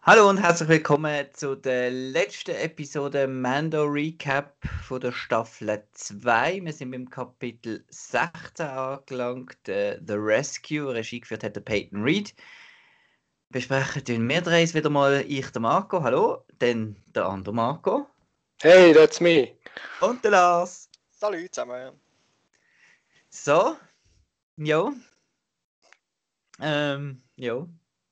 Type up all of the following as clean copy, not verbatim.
Hallo und herzlich willkommen zu der letzten Episode Mando Recap von der Staffel 2. Wir sind beim Kapitel 16 angelangt, The Rescue. Regie geführt hat der Peyton Reed. Besprechen tun wir drei wieder mal, ich, der Marco, hallo, dann der andere Marco. Hey, that's me. Und der Lars. Salut zusammen. So, jo. Jo.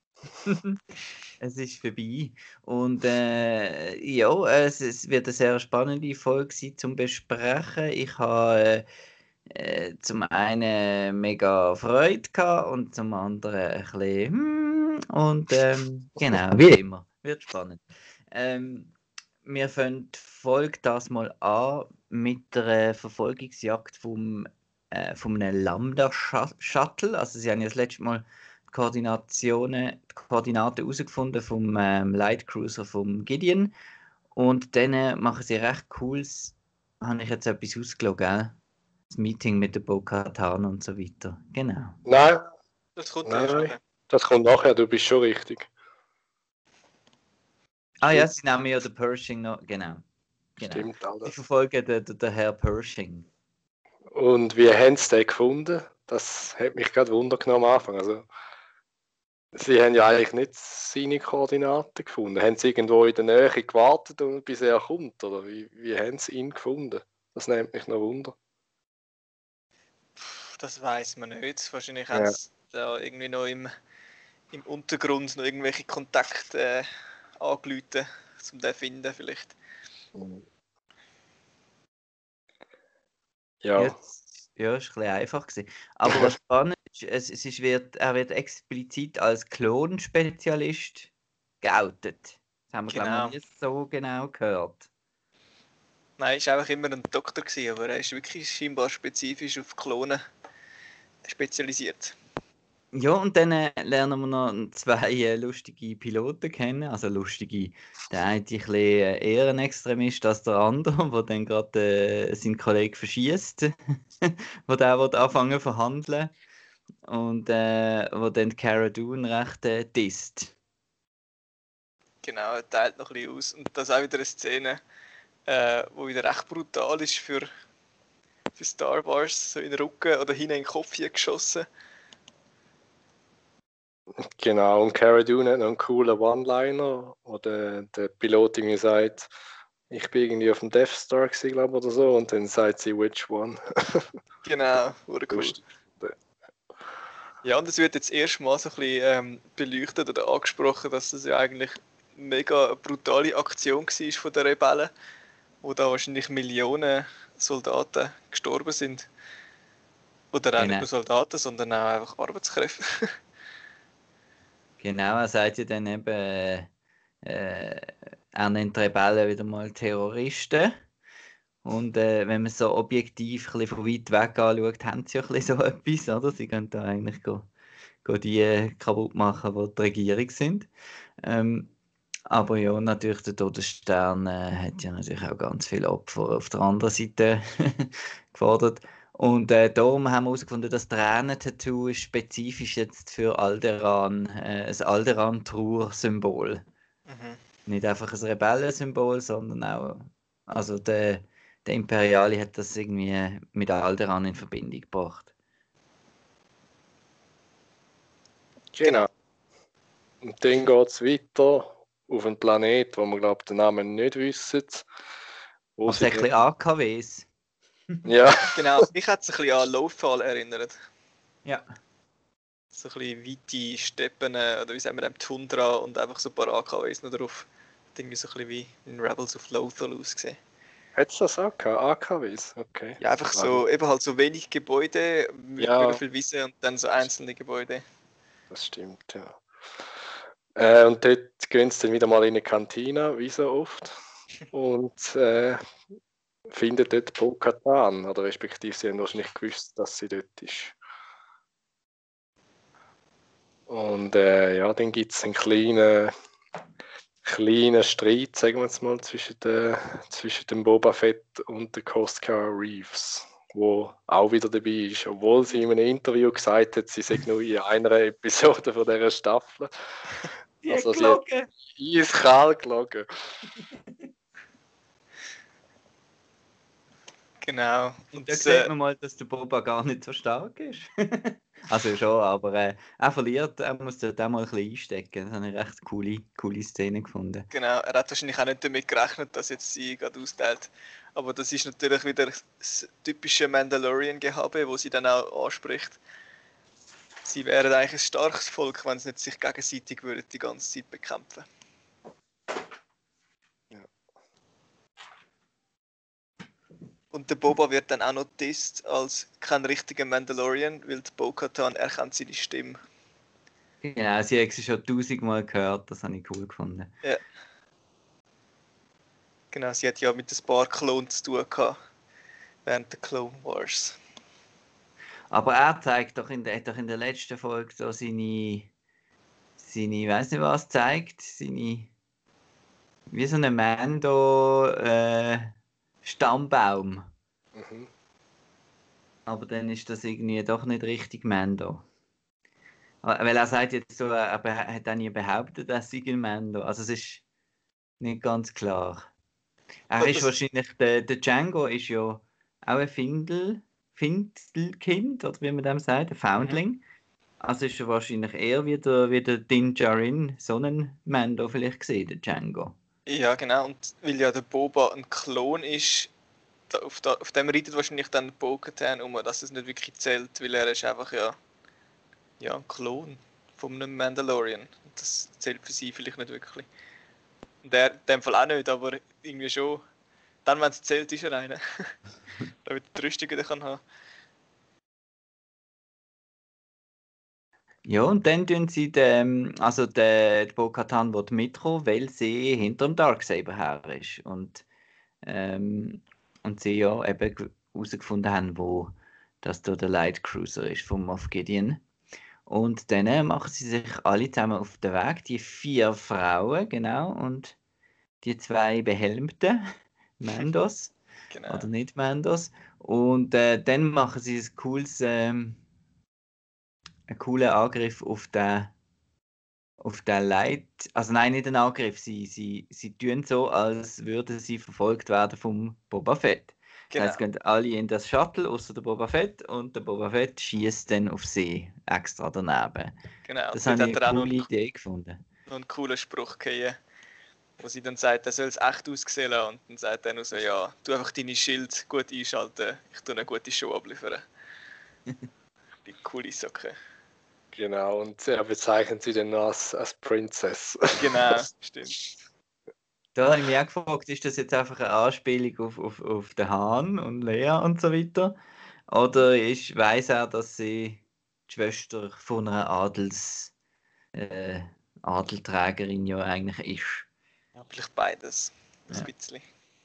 Es ist vorbei. Und ja, es wird eine sehr spannende Folge sein zum Besprechen. Ich habe zum einen mega Freude gehabt und zum anderen ein bisschen und genau, wie immer, wird spannend. Wir fangen die Folge das mal an mit der Verfolgungsjagd von einem Lambda-Shuttle. Also sie haben ja das letzte Mal die Koordinaten herausgefunden vom Lightcruiser vom Gideon. Und dann machen sie recht cooles, habe ich jetzt etwas ausgelogen, gell? Das Meeting mit der Bo-Katan und so weiter. Genau. Nein, Das kommt nein, erst nein. nachher. Das kommt nachher, du bist schon richtig. Ah ja, sie nehmen ja den Pershing noch, genau. Stimmt Sie alles. verfolgen den Herr Pershing. Und wie haben sie den gefunden? Das hat mich gerade Wunder genommen am Anfang. Also, sie haben ja eigentlich nicht seine Koordinaten gefunden. Haben sie irgendwo in der Nähe gewartet, bis er kommt? Oder wie haben sie ihn gefunden? Das nimmt mich noch Wunder. Das weiß man nicht. Wahrscheinlich Ja. haben sie da irgendwie noch im Untergrund noch irgendwelche Kontakte angerufen, um den zu finden vielleicht. Ja. Ja, ist ein bisschen einfach gewesen. Aber was spannend ist, er wird explizit als Klonspezialist geoutet. Das haben wir, glaube ich, noch Genau. nie so genau gehört. Nein, er war einfach immer ein Doktor gewesen, aber er ist wirklich scheinbar spezifisch auf Klonen spezialisiert. Ja, und dann lernen wir noch zwei lustige Piloten kennen. Also lustige, der eine ein bisschen eher ein Extremist als der andere, der dann gerade seinen Kollegen verschießt, wo der will anfangen zu verhandeln. Und wo dann Cara Dune recht disst. Genau, er teilt noch ein bisschen aus. Und das ist auch wieder eine Szene, die wieder recht brutal ist für Star Wars. So in den Rücken oder hinten in den Kopf geschossen. Genau, und Cara Dune hat noch einen coolen One-Liner, wo der Pilot irgendwie sagt, ich bin irgendwie auf dem Death Star gewesen, glaube ich, oder so, und dann sagt sie, which one? Genau, wurde cool. Lustig. Ja, und es wird jetzt erstmal so ein bisschen beleuchtet oder angesprochen, dass das ja eigentlich eine mega brutale Aktion war von den Rebellen, wo da wahrscheinlich Millionen Soldaten gestorben sind. Oder auch Genau. nicht nur Soldaten, sondern auch einfach Arbeitskräfte. Genau, er sagt ja dann eben, er nennt die Rebellen wieder mal Terroristen. Und wenn man so objektiv ein bisschen von weit weg anschaut, haben sie ja ein bisschen so etwas, oder? Sie können da eigentlich die kaputt machen, die die Regierung sind. Aber ja, natürlich der Todesstern hat ja natürlich auch ganz viele Opfer auf der anderen Seite gefordert. Und darum haben wir herausgefunden, dass Tränentattoo ist spezifisch jetzt für Alderaan, ein Alderaan-Trauer-Symbol. Mhm. Nicht einfach ein Rebellensymbol, sondern auch, also der Imperiali hat das irgendwie mit Alderaan in Verbindung gebracht. Genau. Und dann geht es weiter auf einen Planet, wo wir, glaube ich, den Namen nicht wissen. Wo Aber es sie hat ein bisschen AKWs. ja, Genau, mich hat es ein bisschen an Lothal erinnert. Ja. So ein bisschen weite Steppen oder wie sagen wir dem, Tundra und einfach so ein paar AKWs noch drauf. Hat irgendwie so ein bisschen wie in Rebels of Lothal ausgesehen. hat es das auch gehabt? AKWs? Okay. Ja, einfach so, eben halt so wenig Gebäude, mit Ja. mega viel Wiese und dann so einzelne Gebäude. Das stimmt, ja. Und dort gehen sie dann wieder mal in eine Kantine, wie so oft. Und finden dort Bo-Katan. Oder respektive sie haben wahrscheinlich gewusst, dass sie dort ist. Und ja, dann gibt es einen kleinen Streit, sagen wir jetzt mal, zwischen dem Boba Fett und der Costco Reeves, wo auch wieder dabei ist, obwohl sie in einem Interview gesagt hat, sie sei nur in einer Episode von dieser Staffel. Die Also hat sie hat gelogen. eiskalt gelogen. Genau. Und da sieht man mal, dass der Boba gar nicht so stark ist. Also schon, aber er verliert, er muss dort auch mal ein bisschen einstecken. Das habe ich recht coole Szene gefunden. Genau, er hat wahrscheinlich auch nicht damit gerechnet, dass jetzt sie gerade austeilt. Aber das ist natürlich wieder das typische Mandalorian-Gehabe, wo sie dann auch anspricht. Sie wären eigentlich ein starkes Volk, wenn sie nicht sich gegenseitig würden die ganze Zeit bekämpfen. Ja. Und der Boba wird dann auch noch getestet als kein richtiger Mandalorian, weil der Bo-Katan erkennt seine Stimme. Genau, sie hat sie schon 1000-mal gehört, das habe ich cool gefunden. Ja. Genau, sie hat ja mit ein paar Klonen zu tun gehabt, während der Clone Wars. Aber er zeigt doch hat doch in der letzten Folge so seine, ich weiß nicht was, zeigt, wie so ein Mando Stammbaum. Mhm. Aber dann ist das irgendwie doch nicht richtig Mando. Weil er sagt jetzt so, er hat auch nie behauptet, dass sie ein Mando. Also es ist nicht ganz klar. Er ist wahrscheinlich, der Django ist ja auch ein Findelkind, oder wie man dem sagt, ein Foundling. Also ist er wahrscheinlich eher wie der Din Djarin, so ein Mando vielleicht gesehen, der Django. Ja, genau. Und weil ja der Boba ein Klon ist, auf dem reitet wahrscheinlich dann Bo-Katan um, dass es nicht wirklich zählt, weil er ist einfach ein Klon von einem Mandalorian. Und das zählt für sie vielleicht nicht wirklich. Und er in dem Fall auch nicht, aber irgendwie schon. Dann, wenn es zählt, ist er einer. Damit er die Rüstung wieder haben kann. Ja, und dann tun sie der Bo-Katan will mitkommen, weil sie hinter dem Darksaber her ist. Und sie ja eben herausgefunden haben, wo das da der Light Cruiser ist von Moff Gideon. Und dann machen sie sich alle zusammen auf den Weg, die 4 Frauen, genau, und die 2 behelmten Mandos, Genau. oder nicht Mandos. Und dann machen sie einen coolen Angriff auf den Light, also nein, nicht einen Angriff, sie tun so, als würden sie verfolgt werden vom Boba Fett. Genau. Das heißt, gehen alle in das Shuttle, außer der Boba Fett, und der Boba Fett schießt dann auf sie, extra daneben. Genau. Das Dort habe ich hat eine er auch coole Idee gefunden. noch einen coolen Spruch gegeben, wo sie dann sagt, er soll es echt aussehen lassen. Und dann sagt er nur so, ja, tu einfach deine Schild gut einschalten, ich tue eine gute Show abliefern. Die coole Socke. Genau, und er bezeichnet sie dann als Princess. Genau, stimmt. Da habe ich mich auch gefragt, ist das jetzt einfach eine Anspielung auf den Han und Lea und so weiter? Oder weiss er, dass sie die Schwester von einer Adelträgerin ja eigentlich ist? Ja, vielleicht beides. Ja. Ein bisschen.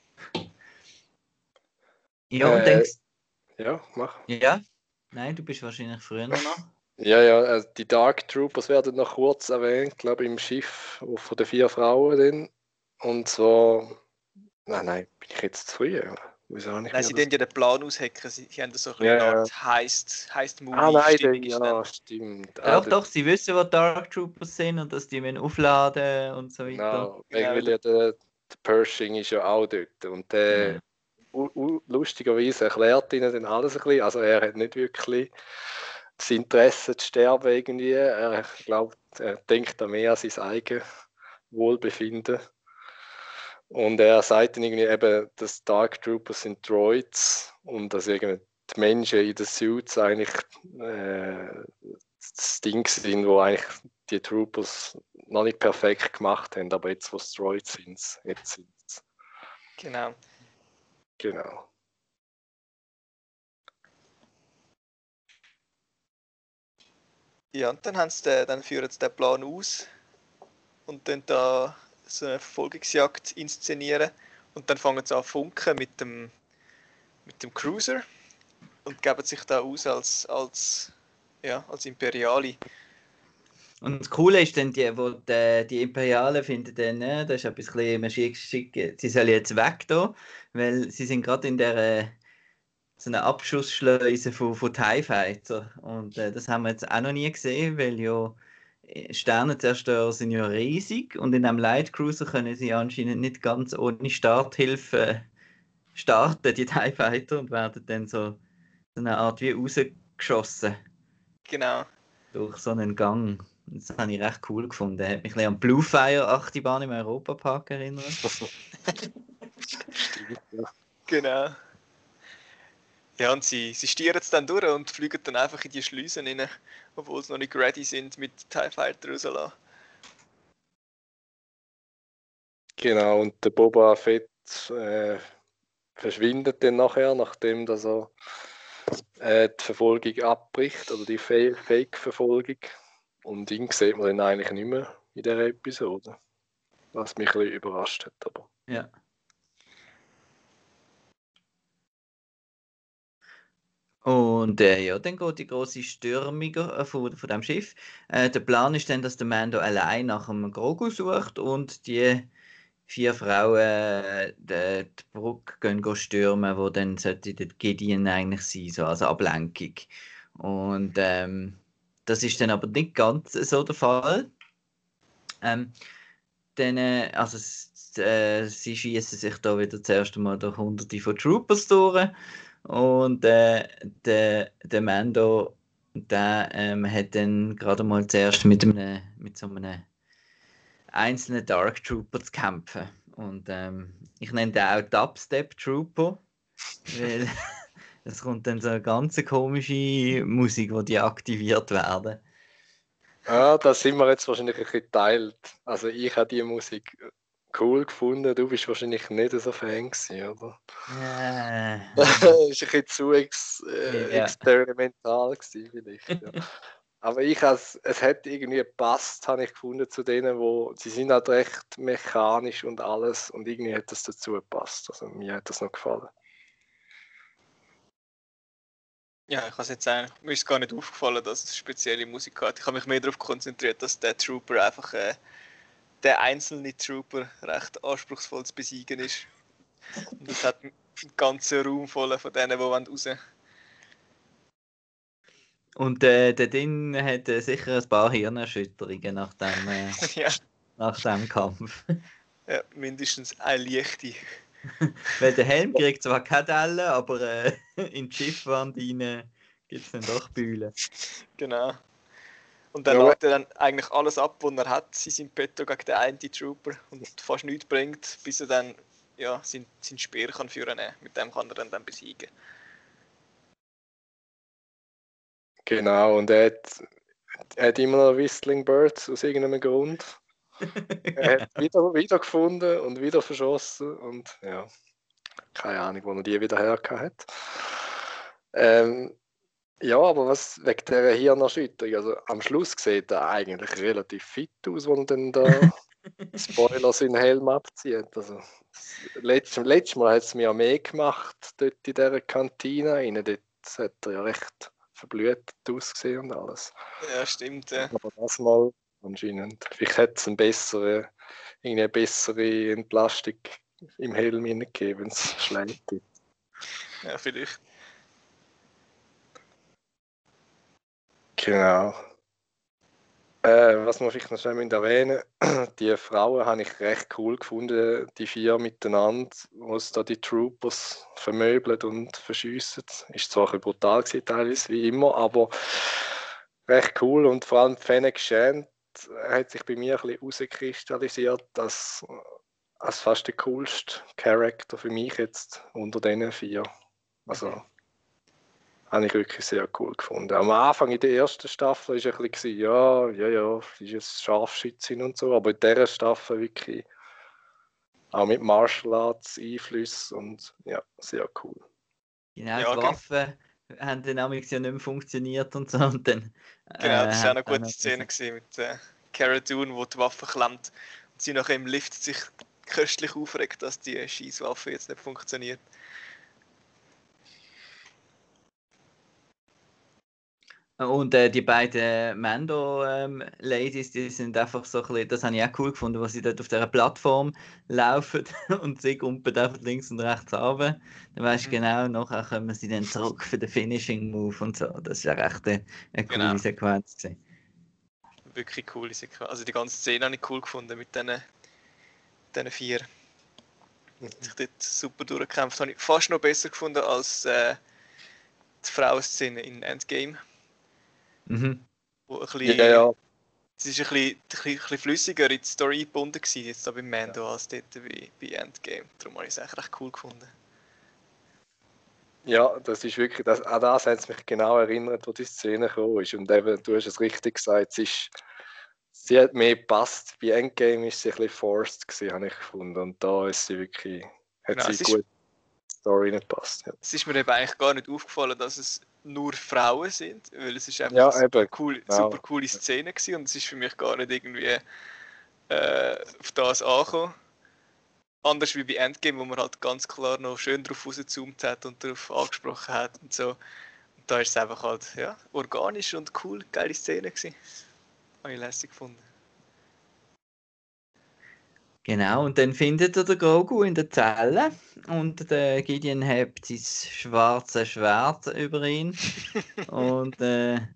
Ja, und denkst Ja, mach. ja? Nein, du bist wahrscheinlich früher noch. Ja, die Dark Troopers werden noch kurz erwähnt, glaube ich, im Schiff von den 4 Frauen. Dann. Und zwar. Nein, bin ich jetzt zu früh? Wieso habe ich Nein, sie ja den Plan aushacken. Sie haben da so eine Art Heist-Movie-Stimmung. Ja, stimmt. Doch, sie wissen, wo Dark Troopers sind und dass die aufladen und so weiter. Genau, Genau. weil ja der Pershing ist ja auch dort. Und der lustigerweise erklärt ihnen dann alles ein bisschen. Also er hat nicht wirklich das Interesse zu sterben irgendwie. Er glaubt, er denkt da mehr an sein eigenes Wohlbefinden. Und er sagt dann irgendwie eben, dass Dark Troopers sind Droids und dass irgendwie die Menschen in den Suits eigentlich das Ding sind, wo eigentlich die Troopers noch nicht perfekt gemacht haben, aber jetzt, wo es Droids sind, jetzt sind es. Genau. Genau. Ja, und dann führen sie den Plan aus und dann da so eine Verfolgungsjagd inszenieren. Und dann fangen sie an zu funken mit dem Cruiser und geben sich da aus als Imperiale. Und das Coole ist dann, die Imperialen finden dann, das ist ein bisschen, sie sollen jetzt weg da, weil sie sind gerade in der so einer Abschussschleuse von TIE Fighter. Und das haben wir jetzt auch noch nie gesehen, weil ja Sternenzerstörer sind ja riesig und in einem Light Cruiser können sie anscheinend nicht ganz ohne Starthilfe starten, die TIE Fighter, und werden dann so eine Art wie rausgeschossen Genau. durch so einen Gang. Das habe ich recht cool gefunden. Hat mich ein bisschen an Bluefire Achterbahn im Europapark erinnert. Stimmt, ja. Genau. Ja, und sie stieren es dann durch und fliegen dann einfach in die Schleusen rein, obwohl sie noch nicht ready sind mit TIE Fighter rauslassen. Genau, und der Boba Fett verschwindet dann nachher, nachdem dass er die Verfolgung abbricht, oder die Fake-Verfolgung. Und ihn sieht man dann eigentlich nicht mehr in dieser Episode. Was mich ein bisschen überrascht hat. Aber. Ja. Und ja, dann geht die große Stürmung von dem Schiff. Der Plan ist dann, dass der Mando allein nach einem Grogu sucht und die 4 Frauen die Brücke gehen stürmen, wo dann sollte der Gideon eigentlich sein, so als Ablenkung. Und das ist dann aber nicht ganz so der Fall. Also sie schießen sich da wieder das erste Mal durch Hunderte von Troopers durch. Und der Mando, der hat dann gerade mal zuerst mit so einem einzelnen Dark Trooper zu kämpfen. Und ich nenne den auch Dubstep Trooper, weil es kommt dann so eine ganz komische Musik, wo die aktiviert werden. Ja, da sind wir jetzt wahrscheinlich ein bisschen geteilt. Also ich habe die Musik cool gefunden, du bist wahrscheinlich nicht so Fan gewesen, oder? Das war ein bisschen zu experimental gewesen, vielleicht. Ja. Aber es hat irgendwie gepasst, habe ich gefunden, zu denen, sie sind halt recht mechanisch und alles, und irgendwie hat das dazu gepasst. Also mir hat das noch gefallen. Ja, ich kann es nicht sagen. Mir ist gar nicht aufgefallen, dass es spezielle Musik hat. Ich habe mich mehr darauf konzentriert, dass der Trooper einfach der einzelne Trooper recht anspruchsvoll zu besiegen ist. Und das hat einen ganzen Raum voll von denen, die raus wollen. Und der Ding hat sicher ein paar Hirnerschütterungen nach dem, Ja. nach dem Kampf. Ja, mindestens eine leichte. Weil der Helm kriegt zwar keine Delle, aber in die Schiffwand rein gibt es dann doch Bühlen. Genau. Und dann lädt er dann eigentlich alles ab, was er hat, sein Petto gegen den einen Trooper, und fast nichts bringt, bis er dann seinen Speer kann führen kann. Mit dem kann er dann besiegen. Genau, und er hat immer noch Whistling Birds aus irgendeinem Grund. Er hat wieder gefunden und wieder verschossen, und ja, keine Ahnung, wo er die wieder hergehabt hat. Ja, aber was wegen dieser Hirnerschütterung, also am Schluss sieht er eigentlich relativ fit aus, wenn er dann da Spoiler seinen Helm abzieht. Also, letztes Mal hat es mir ja mehr gemacht, dort in dieser Kantine rein. Dort hat er ja recht verblüht ausgesehen und alles. Ja, stimmt. Ja. Aber das Mal anscheinend. Vielleicht hätte es eine bessere Entlastung im Helm gegeben, wenn es schlecht gibt. Ja, vielleicht. Genau. Was wir vielleicht noch schnell erwähnen müssen, die Frauen habe ich recht cool gefunden, die 4 miteinander, wo es da die Troopers vermöbeln und verschiessen. Ist zwar ein bisschen brutal gewesen, teilweise, wie immer, aber recht cool, und vor allem Fennec Shand hat sich bei mir ein bisschen herauskristallisiert als fast der coolste Charakter für mich jetzt unter diesen 4. Also habe ich wirklich sehr cool gefunden. Am Anfang in der ersten Staffel war es ein bisschen, ja, sie ist jetzt Scharfschützin und so, aber in dieser Staffel wirklich auch mit Martial Arts Einflüssen, und ja, sehr cool. Genau, die Waffen haben dann auch nicht mehr funktioniert und so. Und dann, genau, das war auch eine gute Szene mit Cara Dune, wo die Waffe klemmt und sie nachher im Lift sich köstlich aufregt, dass die Schießwaffe jetzt nicht funktioniert. Und die beiden Mando-Ladies, die sind einfach so ein bisschen, das habe ich auch cool gefunden, was sie dort auf dieser Plattform laufen und sie kumpeln einfach links und rechts runter. Dann weisst du genau, nachher kommen sie dann zurück für den Finishing-Move und so. Das war echt eine coole Sequenz gewesen. wirklich coole Sequenz. Also die ganze Szene habe ich cool gefunden mit diesen 4. Sich dort super durchgekämpft. Habe ich fast noch besser gefunden als die Frauenszene in Endgame. Mhm. Wo ein bisschen, Ja. es ist ein bisschen flüssiger in die Story gebunden gewesen, jetzt da bei Mando als dort bei Endgame. Darum habe ich es eigentlich recht cool gefunden. Ja, das ist wirklich, an das hat es mich genau erinnert, wo die Szene gekommen ist. Und eben, du hast es richtig gesagt, sie hat mehr gepasst. Bei Endgame ist sie ein bisschen forced gewesen, habe ich gefunden. Und da ist sie wirklich, hat Genau, sie gut die Story nicht gepasst. Ja, es ist mir eben eigentlich gar nicht aufgefallen, dass es nur Frauen sind, weil es ist einfach ja eine eben. super coole Szene gewesen und es ist für mich gar nicht irgendwie auf das angekommen. Anders wie bei Endgame, wo man halt ganz klar noch schön drauf rausgezoomt hat und darauf angesprochen hat und so. Und da ist es einfach halt organisch und cool, geile Szene gewesen. Habe ich lässig gefunden. Genau, und dann findet er den Grogu in der Zelle und der Gideon hebt sein schwarzes Schwert über ihn. Und dann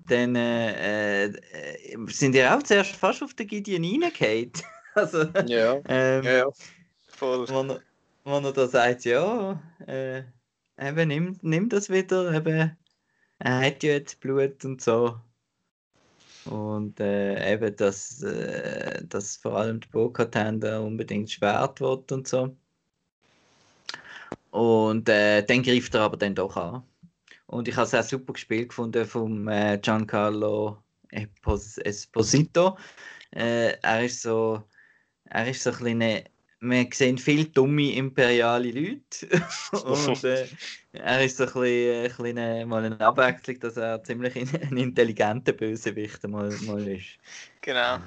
sind die auch zuerst fast auf den Gideon reingefallen. Also, Ja. Voll. wenn er da sagt, ja, eben nimm das wieder, eben, er hat ja jetzt Blut und so. Und eben, dass vor allem die Bo-Katan da unbedingt Schwert will und so. Und dann greift er aber dann doch an. Und ich habe es auch super gespielt gefunden vom Giancarlo Esposito. Er ist so ein bisschen, wir sehen viele dumme imperiale Leute und er ist so ein bisschen mal eine Abwechslung, dass er ziemlich ein intelligenter Bösewicht mal ist. Genau.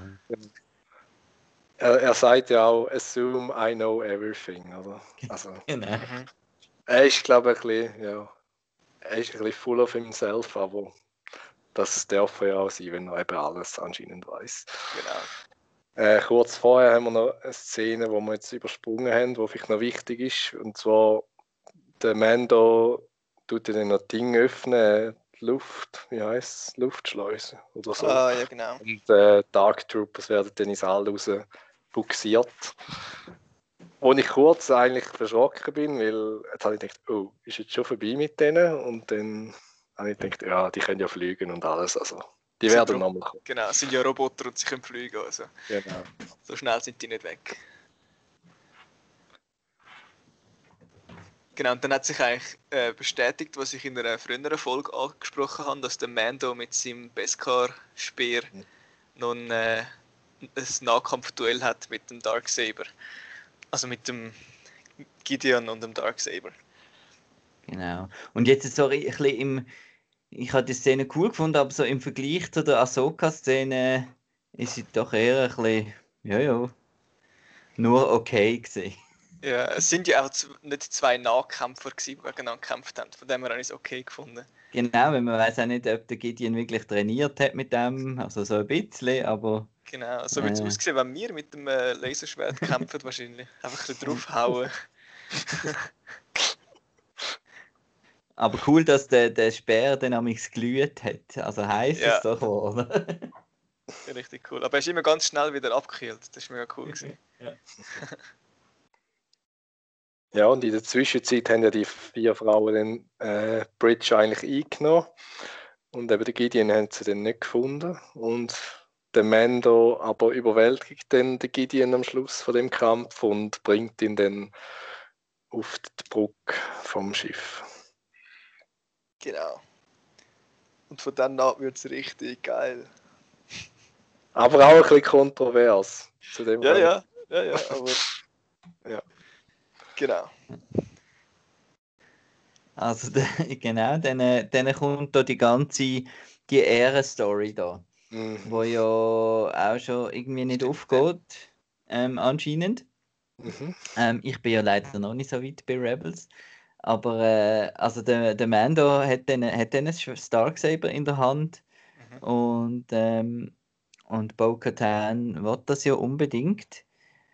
Er sagt ja auch, assume I know everything, oder? Also, Genau. er ist, glaube ich, ein bisschen, ja, er ist ein bisschen full of himself, aber das darf ja auch sein, wenn er eben alles anscheinend weiß. Genau. Kurz vorher haben wir noch eine Szene, die wir jetzt übersprungen haben, die vielleicht noch wichtig ist. Und zwar, der Mando tut dann noch Dinge öffnen, die Luft, wie heisst es? Luftschleuse oder so. Ah, ja, genau. Und Dark Troopers werden dann ins All raus buxiert. Wo ich kurz eigentlich verschrocken bin, weil jetzt habe ich gedacht, oh, ist jetzt schon vorbei mit denen? Und dann habe ich gedacht, ja, die können ja fliegen und alles. Also, die werden nochmal kommen. Genau, es sind ja Roboter und sie können fliegen. Also. Genau. So schnell sind die nicht weg. Genau, und dann hat sich eigentlich bestätigt, was ich in einer früheren Folge angesprochen habe, dass der Mando mit seinem Beskar-Speer noch ein Nahkampfduell hat mit dem Darksaber. Also mit dem Gideon und dem Darksaber. Genau. Und jetzt so ein bisschen ich habe die Szene cool gefunden, aber so im Vergleich zu der Ahsoka-Szene ist sie doch eher ein bisschen, ja, nur okay gewesen. Ja, es sind ja auch nicht zwei Nahkämpfer gewesen, die gegeneinander gekämpft haben. Von dem her habe ich es okay gefunden. Genau, weil man weiß auch nicht, ob der Gideon wirklich trainiert hat mit dem, also so ein bisschen, aber... Genau, so würde es aussehen, wenn wir mit dem Laserschwert kämpfen wahrscheinlich. Einfach ein bisschen draufhauen. Aber cool, dass der Speer dann amigs glüht hat, also heiß Ja. ist doch geworden. Ja, richtig cool. Aber er ist immer ganz schnell wieder abgekühlt. Das war mega cool gewesen. Ja. Ja, und in der Zwischenzeit haben ja die 4 Frauen den Bridge eigentlich eingenommen. Und eben der Gideon haben sie dann nicht gefunden. Und der Mando aber überwältigt dann den Gideon am Schluss von dem Kampf und bringt ihn dann auf die Brücke vom Schiff. Genau. Und von dann an wird es richtig geil. Aber auch ein bisschen kontrovers. Zu dem Ja, aber... Ja. Genau. Also genau, dann kommt da die Ehrenstory da, wo ja auch schon irgendwie nicht aufgeht, anscheinend. Ich bin ja leider noch nicht so weit bei Rebels, aber also der Mando hat dann einen Starksaber in der Hand und Bo-Katan will das ja unbedingt.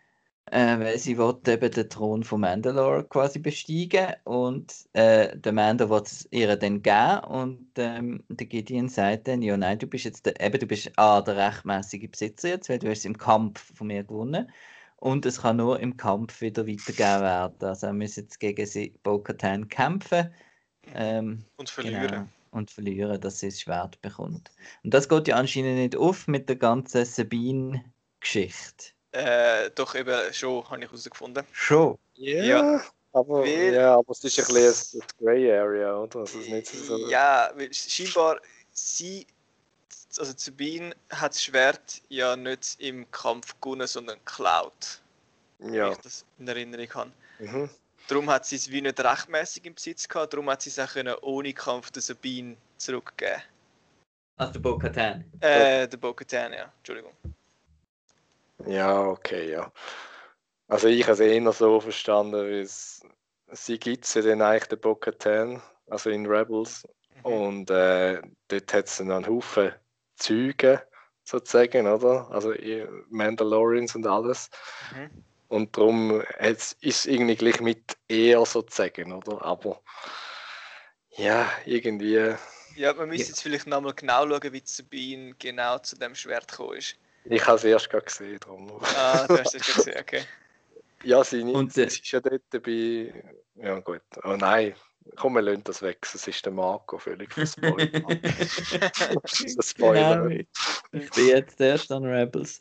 weil sie will eben den Thron von Mandalore quasi besteigen und der Mando will es ihr dann geben und der Gideon sagt dann, ja nein, du bist jetzt der rechtmäßige Besitzer jetzt, weil du hast im Kampf von mir gewonnen und es kann nur im Kampf wieder weitergegeben werden. Also er muss jetzt gegen Bo-Katan kämpfen Und verlieren. genau, und verlieren, dass sie das Schwert bekommt. Und das geht ja anscheinend nicht auf mit der ganzen Sabine-Geschichte. Doch eben schon, habe ich herausgefunden. Schon. Ja. Aber es ist ein bisschen eine Grey Area, oder? Also es ist nicht so... Ja, weil scheinbar also Sabine hat das Schwert ja nicht im Kampf gewonnen, sondern geklaut, Ja. wie ich das in Erinnerung habe. Mhm. Darum hat sie es wie nicht rechtmäßig im Besitz gehabt, darum hat sie es auch können, ohne Kampf der Sabine zurückgeben. Also der Bo-Katan. Der Bo-Katan, ja, Entschuldigung. Ja, okay, ja. Also ich habe es eher so verstanden, wie sie gibt es ja dann eigentlich den Bo-Katan, also in Rebels. Und dort hat es dann einen Haufen Zeugen, sozusagen, oder? Also Mandalorians und alles. Und darum ist es irgendwie gleich mit eher sozusagen, oder? Aber ja, irgendwie... Ja, man müsste jetzt vielleicht nochmal genau schauen, wie Sabine genau zu dem Schwert gekommen ist. Ich habe es erst gerade gesehen. Darum. Ah, du hast es schon gesehen, okay. Ja, sie Und, ist ja dort bei... Ja gut, oh nein, komm, wir lassen das weg, das ist der Marco völlig verspoilert. Genau, ich bin jetzt erst an Rebels.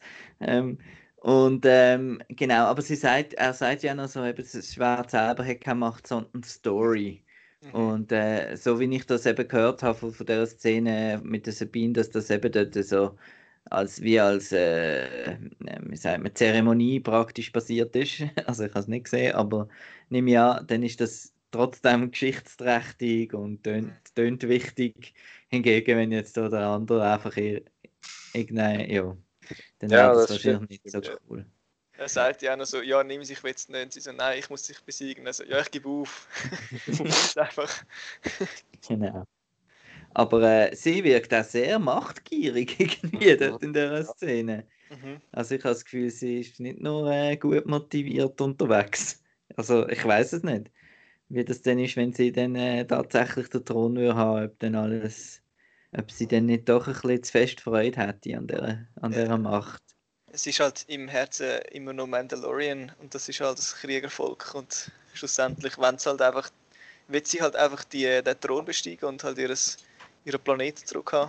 Genau, aber er sagt ja noch so, eben, das Schwert selber hat keine Macht, sondern Story. Und so wie ich das eben gehört habe von dieser Szene mit der Sabine, dass das eben dort so wie als wie sagt man, Zeremonie praktisch passiert ist. Also ich habe es nicht gesehen, aber nehme ich an, dann ist das trotzdem geschichtsträchtig und tönt wichtig. Hingegen, wenn jetzt da der andere einfach irgendein, ja, dann wäre das wahrscheinlich nicht so cool. Er sagt ja auch noch so, ja, nimm sich jetzt nicht. Und sie so, nein, ich muss dich besiegen. Also, ja, ich gebe auf. Ist einfach. Genau. Aber sie wirkt auch sehr machtgierig irgendwie dort in dieser Szene. Also ich habe das Gefühl, sie ist nicht nur gut motiviert unterwegs. Also ich weiß es nicht, wie das denn ist, wenn sie dann tatsächlich den Thron würde haben, ob sie dann nicht doch ein bisschen zu fest Freude hätte an dieser Macht. Es ist halt im Herzen immer noch Mandalorian und das ist halt das Kriegervolk und schlussendlich will sie halt einfach den Thron besteigen und halt ihren Planeten zurückhaben.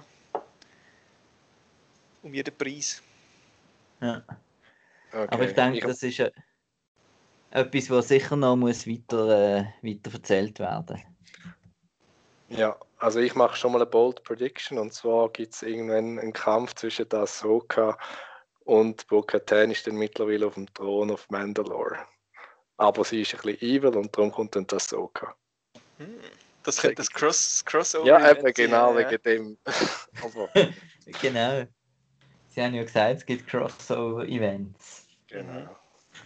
Um jeden Preis. Ja. Okay. Aber ich denke, das ist etwas, was sicher noch weiter erzählt werden. Ja, also ich mache schon mal eine Bold Prediction und zwar gibt es irgendwann einen Kampf zwischen der Ahsoka und Bo-Katan ist dann mittlerweile auf dem Thron auf Mandalore. Aber sie ist ein bisschen evil und darum kommt dann das Ahsoka. Das könnte das Crossover ja, eben genau, wegen dem. Aber genau. Sie haben ja gesagt, es gibt Crossover-Events. Genau.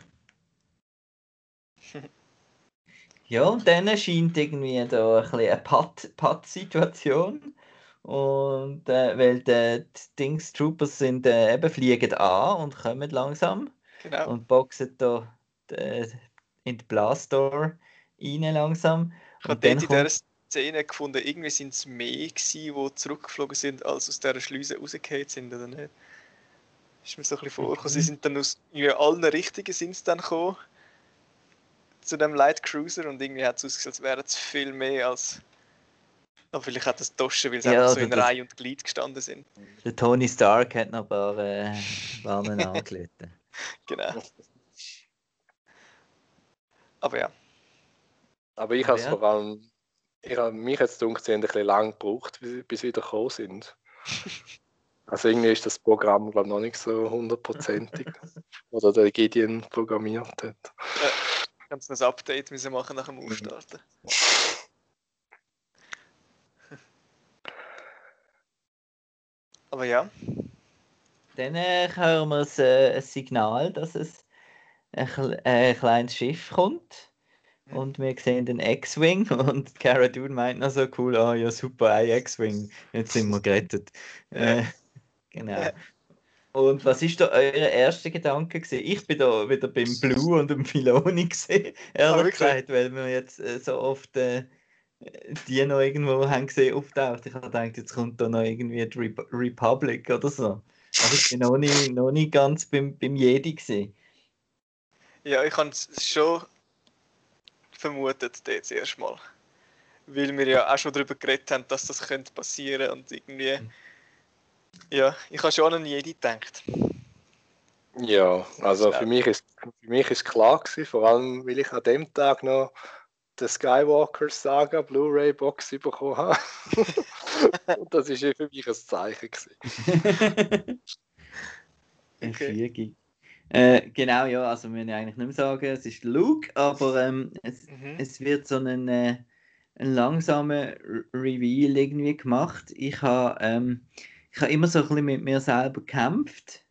Ja, und dann scheint irgendwie da ein bisschen eine Patt-Situation. Und weil die Troopers sind, eben fliegen an und kommen langsam. Genau. Und boxen da in die Blastdoor rein langsam. Ich habe dort in dieser Szene gefunden, irgendwie sind es mehr gewesen, die zurückgeflogen sind, als aus dieser Schleuse rausgefallen sind, oder nicht? Ist mir so ein bisschen vorgekommen. Sie sind dann aus allen Richtungen sind sie dann gekommen, zu dem Light Cruiser, und irgendwie hat es ausgesehen, als wären es viel mehr als... Aber vielleicht hat das Toschen, weil sie einfach so in Reihe und Glied gestanden sind. Der Tony Stark hat noch ein paar Warnen angelegt. Genau. Aber ja. Aber ich habe es vor allem... mich jetzt dunkel ein bisschen lang gebraucht, bis wir wieder gekommen sind. Also irgendwie ist das Programm, glaube ich, noch nicht so 100%ig. Oder der Gideon programmiert hat. Ja, kannst du ein Update müssen machen nach dem Aufstarten. Aber ja. Dann hören wir ein Signal, dass es ein kleines Schiff kommt. Und wir sehen den X-Wing und Cara Dune meint noch so cool, ja super, ein X-Wing, jetzt sind wir gerettet. Genau. Und was ist da euer erster Gedanke gewesen? Ich bin da wieder beim Blue und dem Filoni gesehen, ehrlich wirklich? gesagt, weil wir jetzt so oft die noch irgendwo haben gesehen auftaucht. Ich habe gedacht, jetzt kommt da noch irgendwie die Republic oder so. Aber ich bin noch nie ganz beim Jedi gesehen. Ja, ich habe es schon vermutet, das erste Mal. Weil wir ja auch schon darüber geredet haben, dass das könnte passieren und irgendwie... Ja, ich habe schon an Jedi gedacht. Ja, also für mich ist klar gewesen, vor allem weil ich an dem Tag noch die Skywalker Saga Blu-ray Box bekommen habe. Und das ist ja für mich ein Zeichen gewesen. Eine Okay. Fügung. Genau, ja, also wir müssen ja eigentlich nicht mehr sagen, es ist Luke, aber es wird so ein langsamer Reveal irgendwie gemacht. Ich habe immer so ein bisschen mit mir selber gekämpft.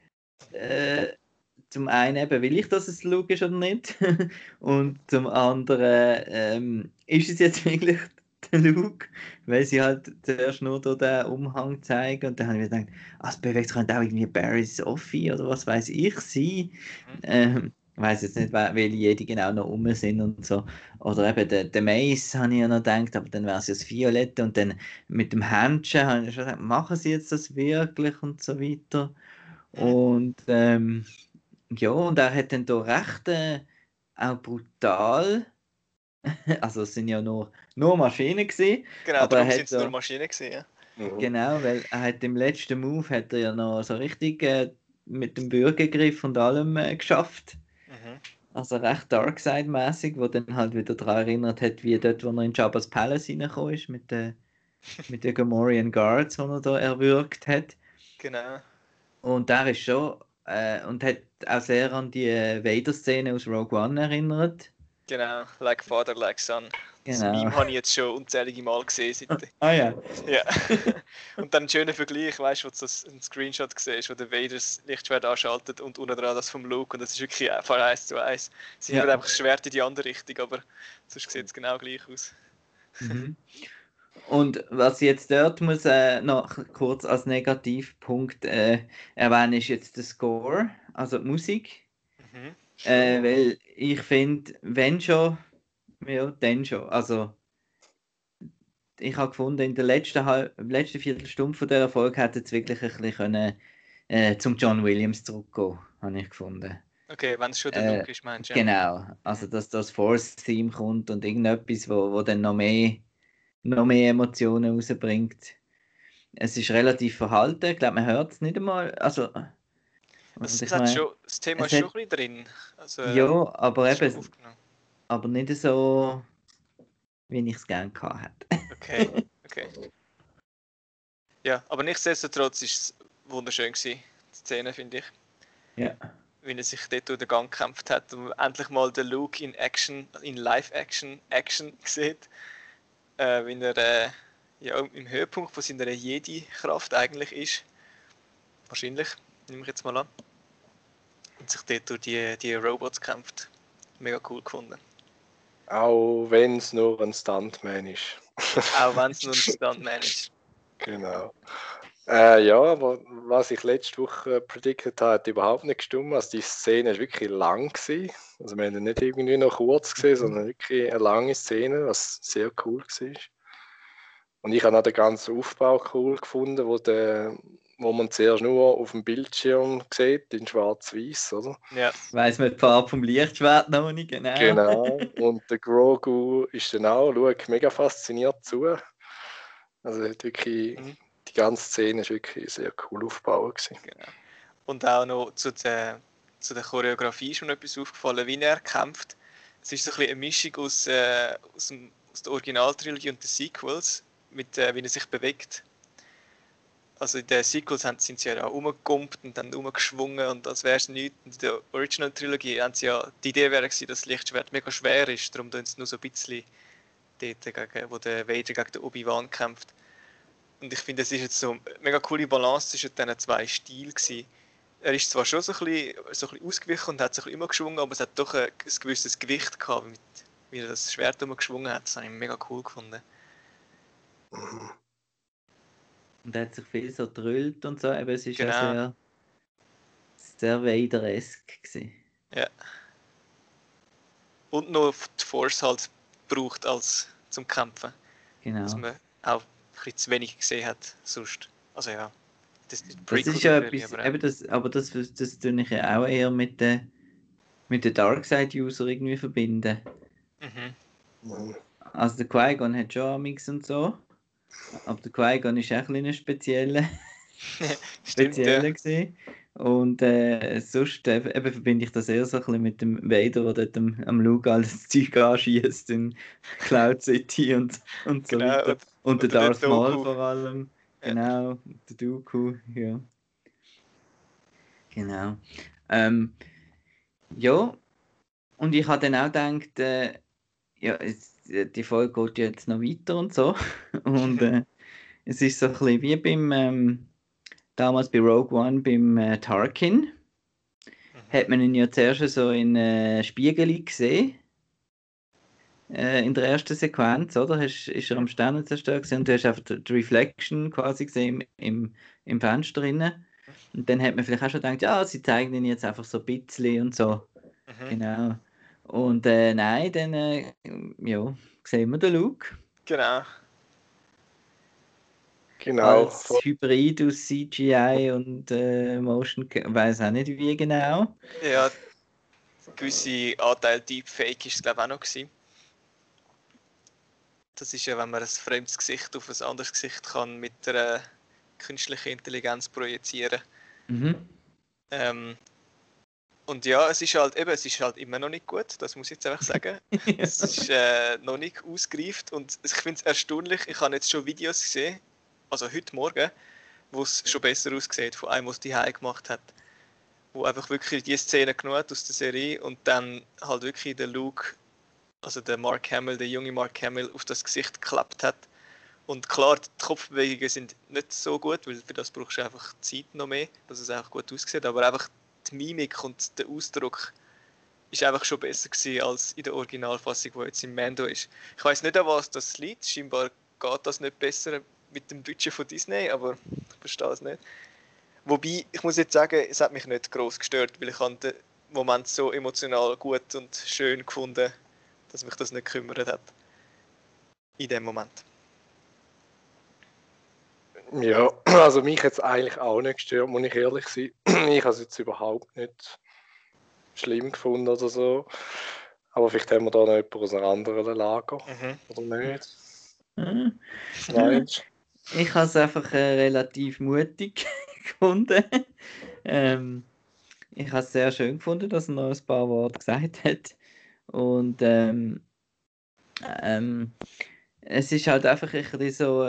Zum einen eben, will ich, dass es Luke ist oder nicht. Und zum anderen ist es jetzt wirklich der Luke, weil sie halt zuerst nur durch den Umhang zeigen und dann habe ich mir gedacht, es bewegt sich könnte auch irgendwie Barry Sophie oder was weiß ich sein. Ich weiß jetzt nicht, welche Jedi genau noch rum sind und so. Oder eben der Mace habe ich ja noch gedacht, aber dann wäre es ja das Violette und dann mit dem Händchen habe ich schon gedacht, machen sie jetzt das wirklich und so weiter. Und ja, und er hat dann da recht auch brutal, also es sind ja nur Maschinen gewesen, Genau, aber er darum sind hat es nur da, Maschinen gewesen, ja. genau, weil er hat im letzten Move hat er ja noch so richtig mit dem Bürgergriff und allem geschafft. Mhm. Also recht Darkseid-mäßig, wo dann halt wieder daran erinnert hat, wie dort, wo er in Jabba's Palace reingekommen ist, mit den Gamorrean Guards, die er da erwürgt hat. Genau. Und der ist schon, und hat auch sehr an die Vader-Szene aus Rogue One erinnert. Genau, like father, like son. Das Genau. Meme habe ich jetzt schon unzählige Mal gesehen seitdem. Ah ja. Ja. Und dann ein schöner Vergleich, weißt du, wo du das einen Screenshot siehst, wo der Vader das Lichtschwert anschaltet und unten dran das vom Luke. Und das ist wirklich einfach 1:1. Sie nehmen Ja. einfach das Schwert in die andere Richtung, aber sonst sieht es genau gleich aus. Mhm. Und was ich jetzt dort muss noch kurz als Negativpunkt erwähnen, ist jetzt der Score, also die Musik. Mhm. Weil ich finde, wenn schon, ja, dann schon. Also ich habe gefunden, in der letzten Viertelstunde von dieser Folge hätte es wirklich ein bisschen können, zum John Williams zurückgehen, habe ich gefunden. Okay, wenn es schon der Luke ist, meinst du? Ja. Genau, also dass das Force-Theme kommt und irgendetwas, wo dann noch mehr Emotionen rausbringt. Es ist relativ verhalten, ich glaube, man hört es nicht einmal. Also, und ich meine, Das Thema es ist schon hat, ein bisschen drin. Also, ja, aber ist schon eben, aufgenommen. aber nicht so, wie ich es gerne gehabt hätte. Okay, okay. Ja, aber nichtsdestotrotz war es wunderschön gewesen, die Szene, finde ich. Ja. Wie er sich dort durch den Gang gekämpft hat und endlich mal den Luke in Action, in Live-Action sieht. Wie er ja, im Höhepunkt von seiner Jedi-Kraft eigentlich ist. Wahrscheinlich, nehme ich jetzt mal an. Und sich dort durch die Robots kämpft. Mega cool gefunden. Auch wenn es nur ein Stuntman ist. Auch wenn es nur ein Stuntman ist. Genau. Ja, aber was ich letzte Woche predicted habe, hat überhaupt nicht gestimmt. Also die Szene war wirklich lang gewesen. Also wir haben ihn nicht irgendwie noch kurz gesehen, sondern wirklich eine lange Szene, was sehr cool war. Und ich habe auch den ganzen Aufbau cool gefunden, wo man zuerst nur auf dem Bildschirm sieht, in schwarz-weiß, oder? Ja. Weiss man die Farbe vom Lichtschwert noch nicht, genau. Genau. Und der Grogu ist dann auch, schaut mega fasziniert zu. Also hat wirklich, die ganze Szene ist wirklich sehr cool aufgebaut gewesen. Genau. Und auch noch zu der Choreografie ist mir noch etwas aufgefallen, wie er kämpft. Es ist so ein bisschen eine Mischung aus der Originaltrilogie und den Sequels, mit wie er sich bewegt. Also in den Sequels sind sie ja auch rumgekumpelt und dann rumgeschwungen und als wäre es nichts. In der Original-Trilogie haben sie ja, die Idee wäre gewesen, dass das Lichtschwert mega schwer ist, darum tun sie nur so ein bisschen dort, wo der Vader gegen den Obi-Wan kämpft. Und ich finde, es ist jetzt so eine mega coole Balance zwischen diesen zwei Stilen gewesen. Er ist zwar schon so ein bisschen ausgewichen und hat sich immer geschwungen, aber es hat doch ein gewisses Gewicht gehabt, wie er das Schwert geschwungen hat. Das habe ich mega cool gefunden. Und er hat sich viel so drüllt und so, aber es ist Genau. ja sehr Vader-esque gewesen. Ja. Und noch die Force halt braucht zum Kämpfen. Genau. Dass man auch ein bisschen zu wenig gesehen hat sonst. Also ja, das ist die Das Prequel ist ja natürlich, etwas, aber eben das tue ich ja auch eher mit den Darkseid-User irgendwie verbinden. Also der Qui-Gon hat schon Amix und so, aber der Qui-Gon ist auch ein bisschen spezielle Stimmt, ja. gewesen. Und sonst eben verbinde ich das eher so ein bisschen mit dem Vader, der dort am Luke alles Zeug anschießt in Cloud City und so Genau, weiter. Und der oder der Darth Maul Dooku. vor allem. Ja. Genau, der Dooku, ja. Genau. Ja, und ich habe dann auch gedacht, ja, die Folge geht ja jetzt noch weiter und so. Und es ist so ein bisschen wie damals bei Rogue One beim Tarkin. Hat man ihn ja zuerst so in Spiegel gesehen. In der ersten Sequenz, oder? Ist er am Sternenzerstörer gesehen und du hast einfach die Reflection quasi gesehen im Fenster drinnen. Und dann hat man vielleicht auch schon gedacht, ja, sie zeigen ihn jetzt einfach so ein bisschen und so. Genau. Und nein, dann ja, sehen wir den Luke. Genau. Genau. Als Hybrid aus CGI und Motion, weiß auch nicht wie genau. Ja, gewisse Anteil Deepfake ist es glaube ich auch noch gewesen. Das ist ja, wenn man ein fremdes Gesicht auf ein anderes Gesicht kann mit der künstlichen Intelligenz projizieren. Und ja, es ist halt immer noch nicht gut, das muss ich jetzt einfach sagen. Es ist noch nicht ausgereift und ich finde es erstaunlich, ich habe jetzt schon Videos gesehen, also heute Morgen, wo es schon besser aussieht, von einem, der es daheim gemacht hat. Wo einfach wirklich die Szene genommen hat aus der Serie und dann halt wirklich der Luke, also der Mark Hamill, der junge Mark Hamill, auf das Gesicht geklappt hat. Und klar, die Kopfbewegungen sind nicht so gut, weil für das brauchst du einfach Zeit noch mehr, dass es auch gut aussieht, aber einfach die Mimik und der Ausdruck ist einfach schon besser gewesen als in der Originalfassung, die jetzt im Mando ist. Ich weiß nicht, an was das liegt, scheinbar geht das nicht besser mit dem Budget von Disney, aber ich verstehe es nicht. Wobei, ich muss jetzt sagen, es hat mich nicht gross gestört, weil ich habe den Moment so emotional gut und schön gefunden, dass mich das nicht gekümmert hat. In dem Moment. Ja, also mich hat es eigentlich auch nicht gestört, muss ich ehrlich sein. Ich habe es jetzt überhaupt nicht schlimm gefunden oder so. Aber vielleicht haben wir da noch jemanden aus einer anderen Lager, oder nicht? Meinst du? Ich habe es einfach relativ mutig gefunden. Ich habe es sehr schön gefunden, dass er noch ein paar Worte gesagt hat. Und es ist halt einfach ein bisschen so,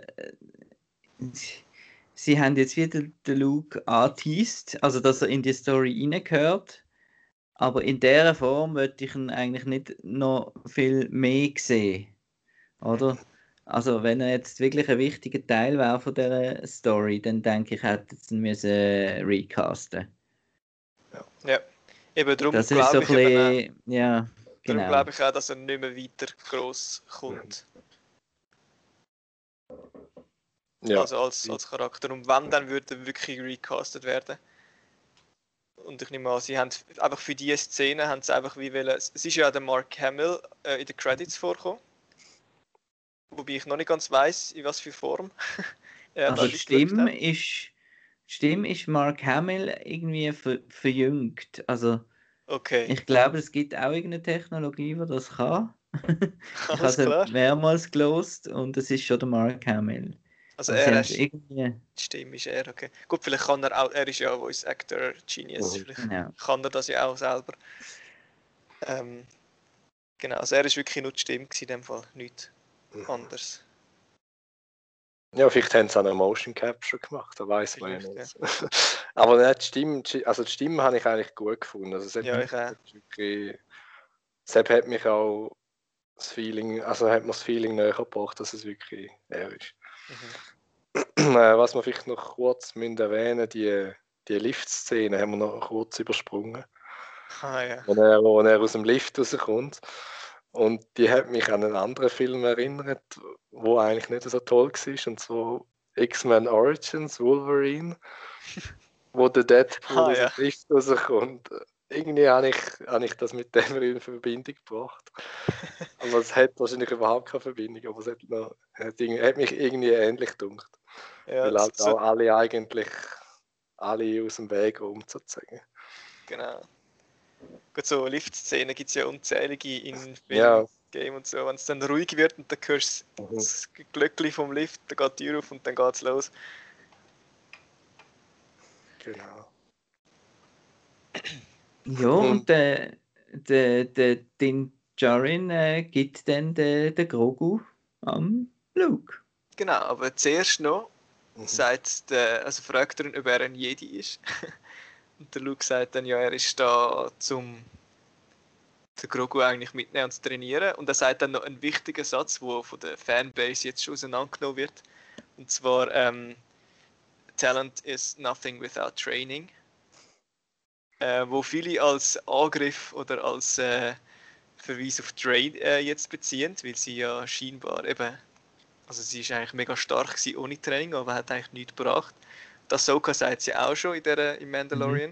sie haben jetzt wieder den Luke angeteased, also dass er in die Story reingehört. Aber in dieser Form würde ich ihn eigentlich nicht noch viel mehr sehen. Oder? Also wenn er jetzt wirklich ein wichtiger Teil wäre von dieser Story, dann denke ich, hätte es ihn müssen recasten. Ja, eben darum Das ist so glaube ein ich, bisschen, ja, darum genau. glaube ich auch, dass er nicht mehr weiter gross kommt. Ja. Also als Charakter. Und wenn, dann würde er wirklich recastet werden. Und ich nehme an, sie haben einfach für diese Szene haben sie einfach wie wollen. Es ist ja der Mark Hamill in den Credits vorgekommen. Wobei ich noch nicht ganz weiss, in was für Form. Also die Stimme ist Mark Hamill irgendwie verjüngt. Also okay. ich glaube, es gibt auch irgendeine Technologie, die das kann. Ich habe Alles es klar. mehrmals gelost und es ist schon der Mark Hamill. Also sie er haben ist, irgendwie... die Stimme ist er, okay. Gut, vielleicht kann er auch, er ist ja Voice Actor Genius, vielleicht Genau. kann er das ja auch selber. Genau, also er ist wirklich nur die Stimme in dem Fall, nichts anderes. Ja, vielleicht haben sie auch eine Motion Capture gemacht, da weiß man ja Vielleicht, nicht. Aber nicht, die Stimme habe ich eigentlich gut gefunden. Also es Ja, ich auch. Sepp hat mich auch das Feeling, also hat mir das Feeling näher gebracht, dass es wirklich er ist. Was wir vielleicht noch kurz erwähnen müssen, die Lift-Szene haben wir noch kurz übersprungen. Ah, ja. Wo er aus dem Lift rauskommt. Und die hat mich an einen anderen Film erinnert, wo eigentlich nicht so toll war, und zwar X-Men Origins, Wolverine. wo der Deadpool aus ja. dem Lift rauskommt. Irgendwie habe ich das mit dem in Verbindung gebracht. Aber es hat wahrscheinlich überhaupt keine Verbindung, aber es hat mich irgendwie ähnlich gedacht. Ja, Weil halt auch alle aus dem Weg rum sozusagen. genau. Gut, so Lift-Szenen gibt es ja unzählige in Film, Ja. Game und so. Wenn es dann ruhig wird und dann hörst du das Glöckchen vom Lift, dann geht die Tür auf und dann geht es los. Genau. Ja, und der Din Djarin gibt dann den Grogu am Luke. Genau, aber zuerst noch fragt er ihn, ob er ein Jedi ist. Und der Luke sagt dann, ja, er ist da, zum den Grogu eigentlich mitnehmen und zu trainieren. Und er sagt dann noch einen wichtigen Satz, der von der Fanbase jetzt schon auseinandergenommen wird. Und zwar, Talent is nothing without training. Wo viele als Angriff oder als Verweis auf Train jetzt beziehen, weil sie ja scheinbar eben, also sie ist eigentlich mega stark gewesen ohne Training, aber hat eigentlich nichts gebracht. Das Ahsoka sagt sie auch schon im Mandalorian.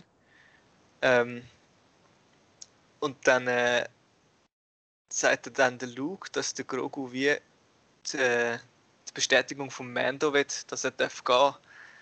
Und dann sagt dann der Luke, dass der Grogu wie die Bestätigung vom Mando will, dass er gehen darf.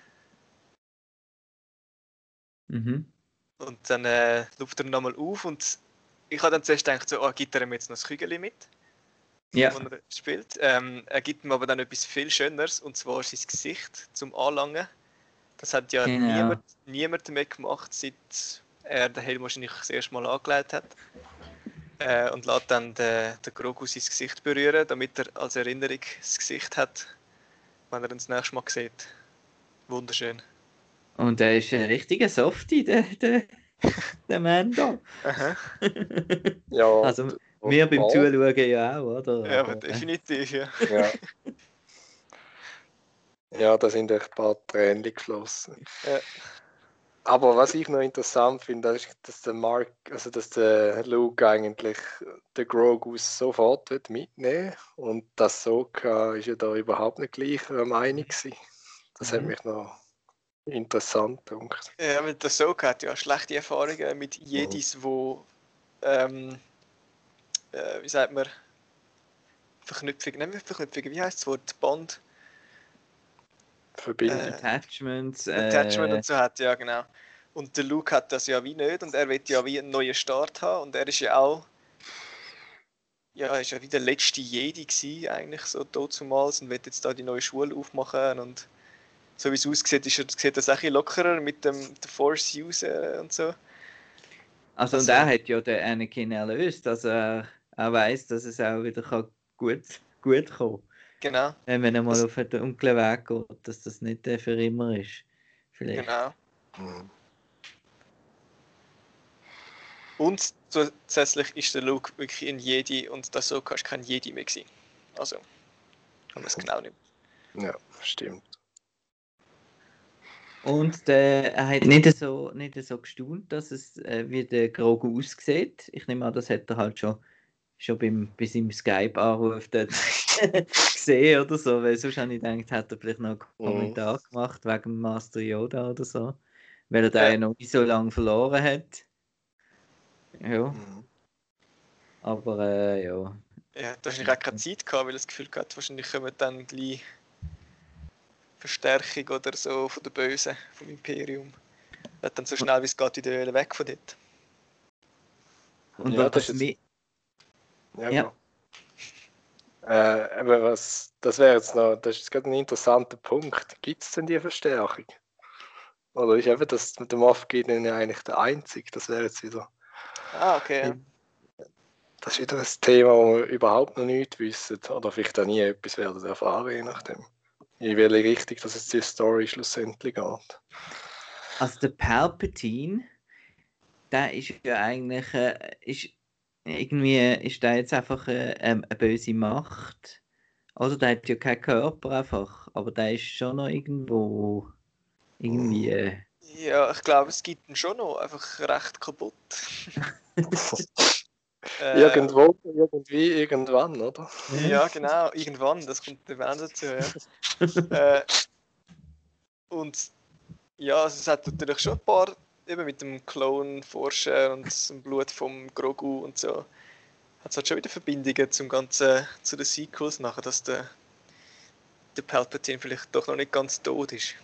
Und dann läuft er nochmal auf und ich habe dann zuerst gedacht, so, gibt er ihm jetzt noch das Kügel mit, wo er spielt. Er gibt ihm aber dann etwas viel Schöneres, und zwar sein Gesicht zum Anlangen. Das hat ja niemand mehr gemacht, seit er den Helm wahrscheinlich das erste Mal angelegt hat. Und lässt dann den Grogu sein Gesicht berühren, damit er als Erinnerung das Gesicht hat, wenn er ihn das nächste Mal sieht. Wunderschön. Und er ist ein richtiger Softie, der Mando. Ja, also wir beim Zuschauen ja auch, oder? Ja, aber definitiv, ja. Ja, da sind echt ein paar Tränen geflossen. Ja. Aber was ich noch interessant finde, ist, dass der Luke eigentlich den Grogu sofort mitnehmen will. Und das Ahsoka ist ja da überhaupt nicht gleicher Meinung gewesen. Das hat mich noch interessant gedacht. Ja, aber der Ahsoka hat ja schlechte Erfahrungen mit Jedis, wo wie sagt man, Verknüpfung, wie heißt das Wort? Bond? Verbindung. Attachments. Attachment und so hat, ja genau. Und der Luke hat das ja wie nicht und er will ja wie einen neuen Start haben und er ist ja auch, ja, ist ja wie der letzte Jedi gewesen, eigentlich so dazumals, und will jetzt da die neue Schule aufmachen, und so wie es aussieht, sieht das auch ein bisschen lockerer mit dem Force usen und so. Also und er hat ja den Anakin erlöst, also er weiß, dass es auch wieder gut kommen kann. Genau. Wenn er mal auf einen dunklen Weg geht, dass das nicht für immer ist. Vielleicht. Genau. Und zusätzlich ist der Luke wirklich ein Jedi und das so kannst kein Jedi mehr gewesen. Also, wenn man es genau nimmt. Ja, stimmt. Und er hat nicht so gestaunt, dass es wie der Grogu aussieht. Ich nehme an, das hat er halt schon bei seinem Skype-Anruf dort gesehen oder so, weil sonst habe ich gedacht, hat er vielleicht noch einen Kommentar gemacht wegen Master Yoda oder so, weil er den ja noch nicht so lange verloren hat. Ja. Aber ja. Ja, da hast du auch keine Zeit gehabt, weil das Gefühl gehabt, wahrscheinlich kommen dann gleich Verstärkung oder so von der Bösen, vom Imperium. Er hat dann so schnell wie es geht wieder weg von dort. Und ja, das ist jetzt... Aber das wäre jetzt noch, das ist gerade ein interessanter Punkt. Gibt es denn die Verstärkung? Oder ist eben das mit dem Moff Gideon ja eigentlich der einzige? Das wäre jetzt wieder. Okay. Ja. Das ist wieder ein Thema, wo wir überhaupt noch nichts wissen. Oder vielleicht auch nie etwas werden erfahren, je nachdem. In welche Richtung dass es die Story schlussendlich geht. Also der Palpatine, der ist ja eigentlich, ist der jetzt einfach eine böse Macht. Oder der hat ja keinen Körper einfach, aber der ist schon noch irgendwo irgendwie... Ja, ich glaube, es gibt ihn schon noch einfach recht kaputt. Irgendwo, irgendwie, irgendwann, oder? Ja, genau, irgendwann, das kommt dann dazu, ja. Und Ja, also es hat natürlich schon ein paar, eben mit dem Clone-Forschen und dem Blut vom Grogu und so, hat es halt schon wieder Verbindungen zum Ganzen, zu den Sequels nachher, dass der Palpatine vielleicht doch noch nicht ganz tot ist.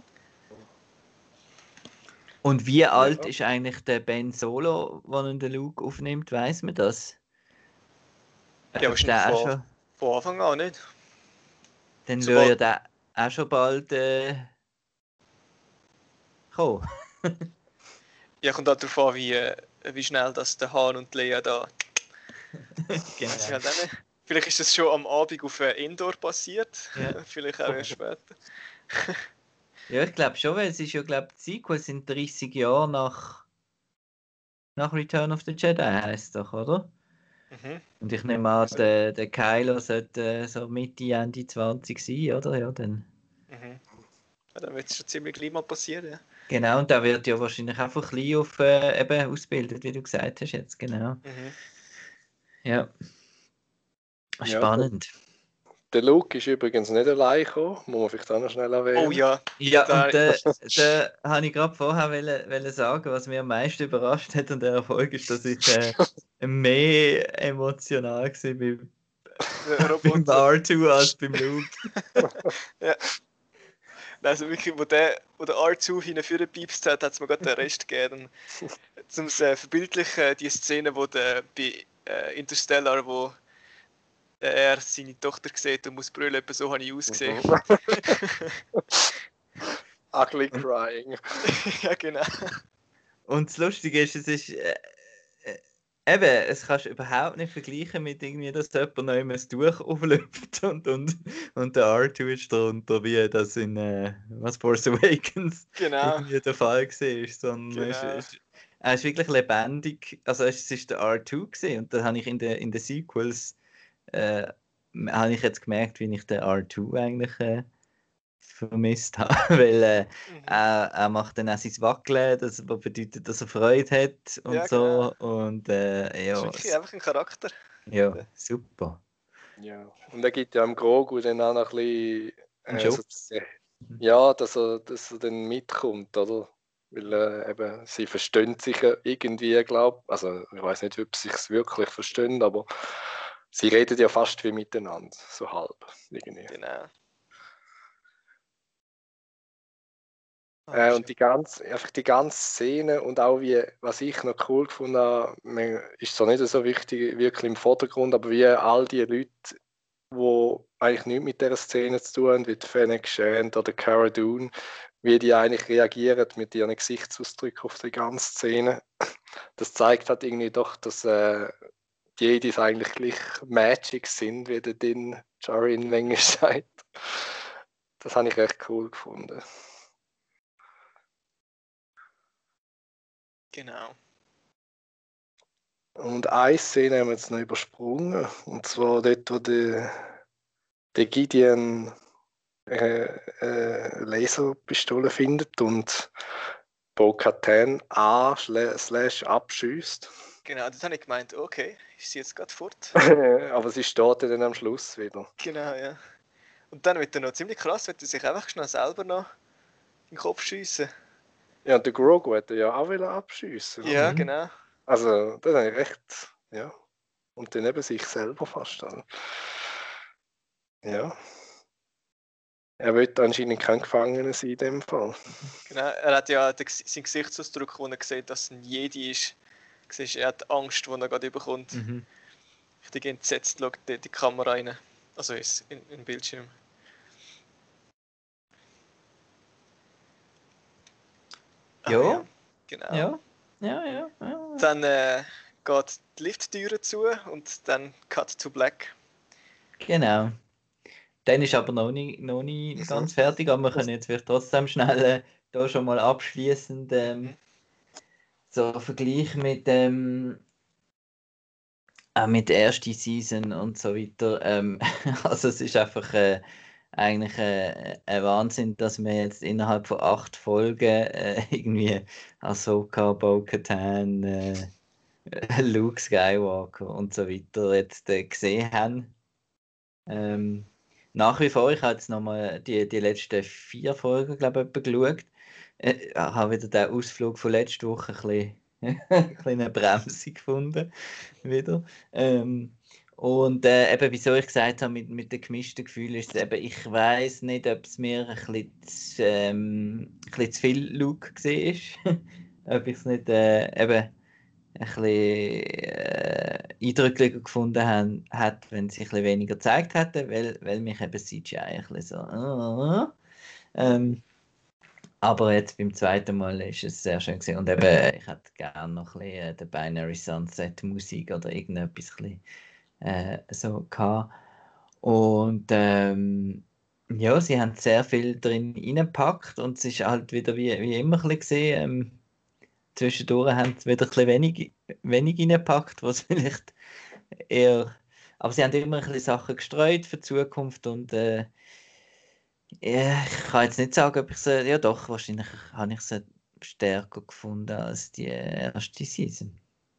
Und wie alt Ja. ist eigentlich der Ben Solo, wenn den Luke aufnimmt, weiß man das? Ja, Ob wahrscheinlich der auch schon, von Anfang an nicht. dann würde Sobald, ja der auch schon bald kommen. ja, kommt halt darauf an, wie schnell das der Han und die Leia da. Weiß ich Genau. halt auch nicht. Vielleicht ist das schon am Abend auf Endor passiert. Ja. Vielleicht auch erst später. Ja, ich glaube schon, weil es ist ja, glaube die Sequels sind 30 Jahre nach Return of the Jedi, heißt doch, oder? Mhm. Und ich nehme an, der Kylo sollte so Mitte, Ende 20 sein, oder? Ja, dann. Mhm. Ja, dann wird es schon ziemlich gleich mal passieren. Ja. Genau, und der wird ja wahrscheinlich einfach klein auf eben ausgebildet, wie du gesagt hast jetzt, genau. Mhm. Ja, Ja, spannend. der Luke ist übrigens nicht allein gekommen, muss man vielleicht auch noch schnell erwähnen. Oh ja. Ja, Da, und da habe ich gerade vorher wollen sagen, was mich am meisten überrascht hat an der Erfolg ist, dass ich mehr emotional war beim der beim Roboter. R2 als beim Luke. Ja. Also wirklich, wo der R2 hinführen piepst hat, hat es mir gerade den Rest gegeben. Zum verbildlichen, die Szene, wo der bei Interstellar, wo er seine Tochter sieht und muss brüllen, etwa so habe ich ausgesehen. Ugly crying. Ja, genau. Und das Lustige ist, es ist eben, es kannst du überhaupt nicht vergleichen mit irgendwie, dass jemand noch immer ein Tuch auflüpft und der R2 ist drunter, wie das in was Force Awakens Genau. irgendwie der Fall war. Sondern Genau. er ist wirklich lebendig. Also es ist der R2 gewesen, und da habe ich in den Sequels habe ich jetzt gemerkt, wie ich den R2 eigentlich vermisst habe, weil Mhm. er macht dann auch sein Wackeln, was bedeutet, dass er Freude hat und Ja, so. genau. Und Das ist ja, wirklich einfach ein Charakter. ja, super. Ja. Und er gibt ja am Grogu dann auch noch ein bisschen, Ein so, Schubs. ja, dass er dann mitkommt, oder? Weil eben, sie verstehen sich ja irgendwie, glaube ich. Also ich weiß nicht, ob sie sich wirklich verstehen, aber sie reden ja fast wie miteinander, so halb. Irgendwie. Genau. Und einfach die ganze Szene und auch wie, was ich noch cool gefunden habe, ist zwar nicht so wichtig, wirklich im Vordergrund, aber wie all die Leute, die eigentlich nichts mit dieser Szene zu tun haben, wie die Fennec Shand oder Cara Dune, wie die eigentlich reagieren mit ihren Gesichtsausdrücken auf die ganze Szene. Das zeigt halt irgendwie doch, dass die Jedis eigentlich gleich Magic sind, wie der Din Djarin manchmal sagt. Das habe ich recht cool gefunden. Genau. Und eine Szene haben wir jetzt noch übersprungen. Und zwar dort, wo der Gideon Laserpistole findet und Bo-Katan abschießt. Genau, das habe ich gemeint, okay, ist sie jetzt gerade fort? Aber sie steht dann am Schluss wieder. Genau, ja. Und dann wird er noch ziemlich krass, wird er sich einfach schnell selber noch in den Kopf schiessen. Ja, und der Grogu hätte ja auch abschießen. Ja, Mhm. genau. Also, das habe ich recht, ja. Und dann eben sich selber fast. Also. Ja. Er will anscheinend kein Gefangener sein in dem Fall. Genau, er hat ja seinen Gesichtsausdruck, wo er sieht, dass es ein Jedi ist. Siehst, er hat Angst, die er gerade bekommt. Mhm. Richtig entsetzt schaut die Kamera rein. Also in den Bildschirm. Ja, Ja, genau. ja, ja. Dann geht die Lifttüre zu und dann Cut to Black. Genau. Dann ist aber noch nicht ganz fertig, aber wir können jetzt vielleicht trotzdem schnell da schon mal abschließend so einen Vergleich mit der ersten Season und so weiter. Also es ist einfach eigentlich ein Wahnsinn, dass wir jetzt innerhalb von 8 Folgen irgendwie Ahsoka, Bo-Katan, Luke Skywalker und so weiter jetzt gesehen haben. Nach wie vor, ich habe jetzt nochmal die letzten 4 Folgen, glaube ich, geschaut. habe wieder den Ausflug von letzter Woche ein bisschen eine Bremse gefunden. Wieder. Und eben, wieso ich gesagt habe, mit den gemischten Gefühlen, ist es eben, ich weiß nicht, ob es mir ein bisschen zu viel Luke war. Ob ich es nicht eben ein bisschen eindrücklicher gefunden hat, wenn sie ein bisschen weniger gezeigt hätten, weil mich eben CGI ein bisschen so. Aber jetzt beim zweiten Mal ist es sehr schön gewesen. Und eben, ich hätte gerne noch ein bisschen die Binary Sunset Musik oder irgendetwas ein bisschen, so gehabt. Und ja, sie haben sehr viel drin reingepackt und es ist halt wieder wie immer ein bisschen gesehen. Zwischendurch haben sie wieder ein bisschen wenig reingepackt, was vielleicht eher. Aber sie haben immer ein bisschen Sachen gestreut für die Zukunft und ja, ich kann jetzt nicht sagen, ob ich sie. Ja, doch, wahrscheinlich habe ich sie stärker gefunden als die erste Season.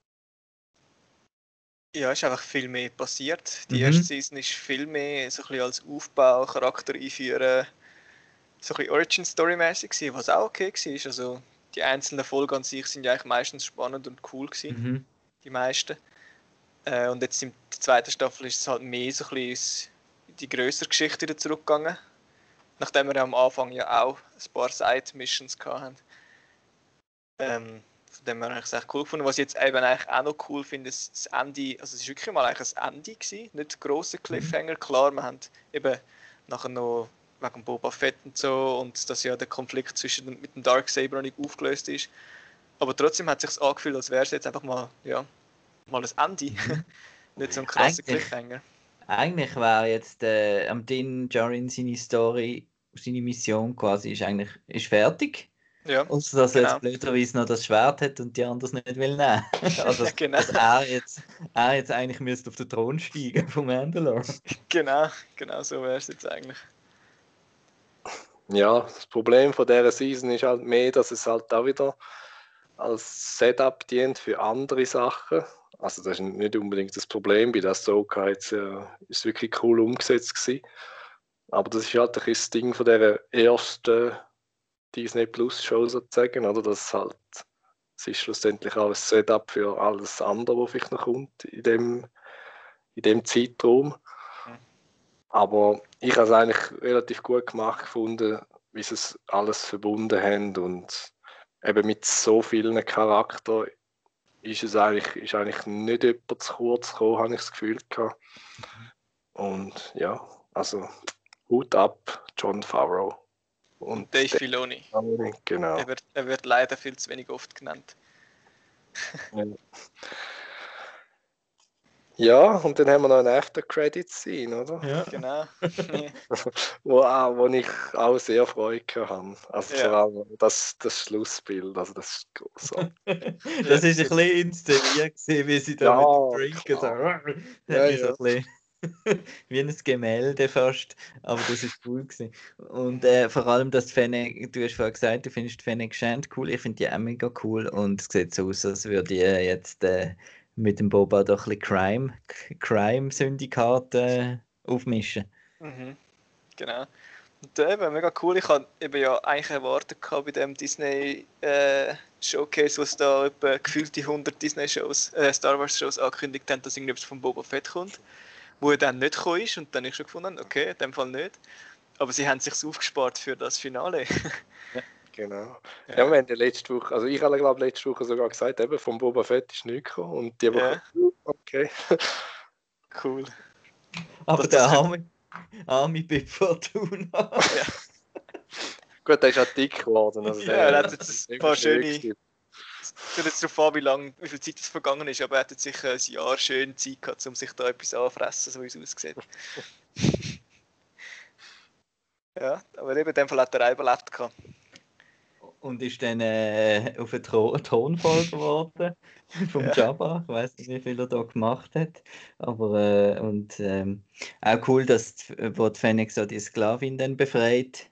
Ja, ist einfach viel mehr passiert. Die Mhm. erste Season ist viel mehr so ein bisschen als Aufbau, Charakter einführen, so ein bisschen Origin-Story-mäßig gewesen, was auch okay war. Also die einzelnen Folgen an sich sind ja eigentlich meistens spannend und cool gewesen, Mhm. die meisten. Und jetzt in der zweiten Staffel ist es halt mehr so ein bisschen in die größere Geschichte wieder zurückgegangen. Nachdem wir ja am Anfang ja auch ein paar Side-Missions hatten. Von dem her habe ich es echt cool gefunden. Was ich jetzt eben eigentlich auch noch cool finde, ist das Ende. Also es war wirklich mal eigentlich ein Ende gewesen, nicht ein grosser Cliffhanger. Klar, wir haben eben nachher noch wegen Boba Fett und so und dass ja der Konflikt mit dem Darksaber noch nicht aufgelöst ist. Aber trotzdem hat es sich angefühlt, als wäre es jetzt einfach mal, ja, mal ein Ende. Nicht so ein krasser Cliffhanger. Eigentlich wäre jetzt am Din Djarin seine Story, seine Mission quasi ist fertig. Ja, Außer dass er genau. jetzt blöderweise noch das Schwert hat und die anderen nicht will nehmen. Also Genau. dass er jetzt eigentlich müsste auf den Thron steigen von Mandalore. Genau so wäre es jetzt eigentlich. Ja, das Problem von dieser Season ist halt mehr, dass es halt da wieder als Setup dient für andere Sachen. Also das ist nicht unbedingt das Problem, bei der Ahsoka jetzt ist wirklich cool umgesetzt gewesen. Aber das ist halt ein bisschen das Ding von dieser ersten Disney Plus Show sozusagen, oder? Das halt, es ist schlussendlich auch ein Setup für alles andere, was vielleicht noch kommt in dem Zeitraum. Aber ich habe es eigentlich relativ gut gemacht gefunden, wie sie es alles verbunden haben und eben mit so vielen Charakteren ist eigentlich nicht jemand zu kurz gekommen, habe ich das Gefühl gehabt. Und ja, also Hut ab, Jon Favreau. Und Dave Filoni. Genau. Er wird leider viel zu wenig oft genannt. Ja, und dann haben wir noch einen echten Credit-Scene, oder? Ja. Genau. wo ich auch sehr Freude habe. Also Ja. vor allem das Schlussbild, also das ist großartig. Das ist ein bisschen inszeniert gewesen, wie sie da Ja, mit dem Trinken so. klar. Das hat mich so ein bisschen wie ein Gemälde fast, aber das ist cool gewesen. Und vor allem, dass Fennec, du hast vorhin gesagt, du findest Fennec Shand cool, ich finde die auch mega cool und es sieht so aus, als würde die jetzt mit dem Boba doch ein bisschen Crime-Syndikat aufmischen. Mhm. Genau. Und eben, mega cool. Ich habe eben ja eigentlich erwartet bei dem Disney Showcase, was da etwa gefühlte 100 Disney-Shows, Star Wars-Shows angekündigt haben, dass irgendetwas von Boba Fett kommt, wo er dann nicht gekommen ist und dann ich schon gefunden, okay, in dem Fall nicht. Aber sie haben sich aufgespart für das Finale. Genau. Ja, wir haben ja letzte Woche, also ich habe glaube letzte Woche sogar gesagt, eben vom Boba Fett ist nichts gekommen und die Woche, okay. Cool. Aber der arme Bib Fortuna. Ja. Gut, der ist auch dick geworden. Also Er hat jetzt ein paar schöne. Es kommt jetzt darauf an, wie viel Zeit es vergangen ist, aber er hat jetzt sicher ein Jahr schön Zeit gehabt, um sich da etwas anzufressen, so wie es aussieht. Ja, aber eben in dem Fall hat er auch überlebt gehabt. Und ist dann auf eine Thronfolge geworden vom Jabba. Ich weiß nicht, wie viel er da gemacht hat. Aber auch cool, dass wo die Fennec so die Sklavin dann befreit.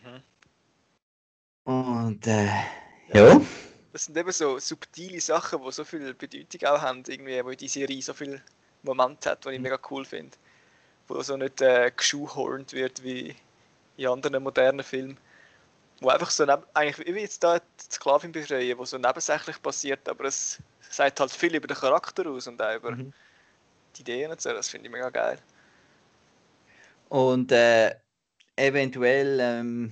Und ja. Das sind eben so subtile Sachen, die so viel Bedeutung auch haben, irgendwie, wo die Serie so viele Momente hat, die ich mega cool finde. Wo so nicht geschuhhornt wird wie in anderen modernen Filmen. Wo einfach so eigentlich wie jetzt da die Sklavin befreien, wo so nebensächlich passiert, aber es sagt halt viel über den Charakter aus und auch über die Ideen und so, das finde ich mega geil. Und eventuell,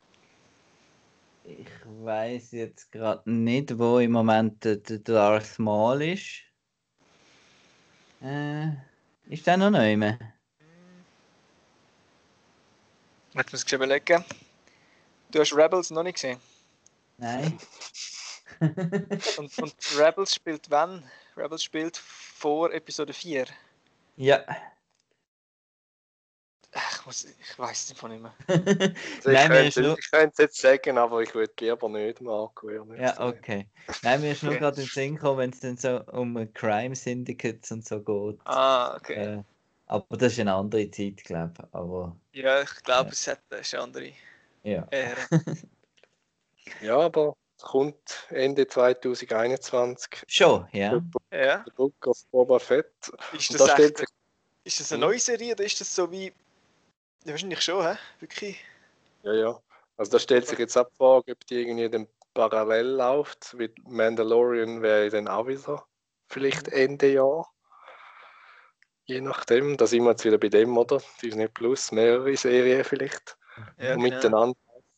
ich weiß jetzt gerade nicht, wo im Moment der Darth Maul ist. Ist der noch nicht mehr? Jetzt muss ich überlegen. Du hast Rebels noch nicht gesehen. Nein. Und Rebels spielt wann? Rebels spielt vor Episode 4. Ja. Ich weiß es einfach nicht mehr. Also Nein, mir ist nur... ich könnte es jetzt sagen, aber ich würde lieber nicht, Marco. Ja, okay. Nein, mir ist nur Okay. gerade in den Sinn gekommen, wenn es dann so um Crime Syndicates und so geht. Ah, okay. Aber das ist eine andere Zeit, glaube ich. Aber Ja, ich glaube, es hat eine andere ja. Ära. Ja, aber es kommt Ende 2021. Schon, ja. Ja. The Book of Boba Fett. Ist Und das, da stellt sich, ist das eine neue Serie oder ist das so wie... Ja, wahrscheinlich schon, hä? Wirklich? ja. Also da stellt sich jetzt ab vor, ob die irgendwie dann parallel läuft. Mit Mandalorian wäre dann auch wieder vielleicht Ende Jahr. Je nachdem. Da sind wir jetzt wieder bei dem, oder? Disney Plus, mehrere Serien vielleicht. Ja, Und genau. miteinander.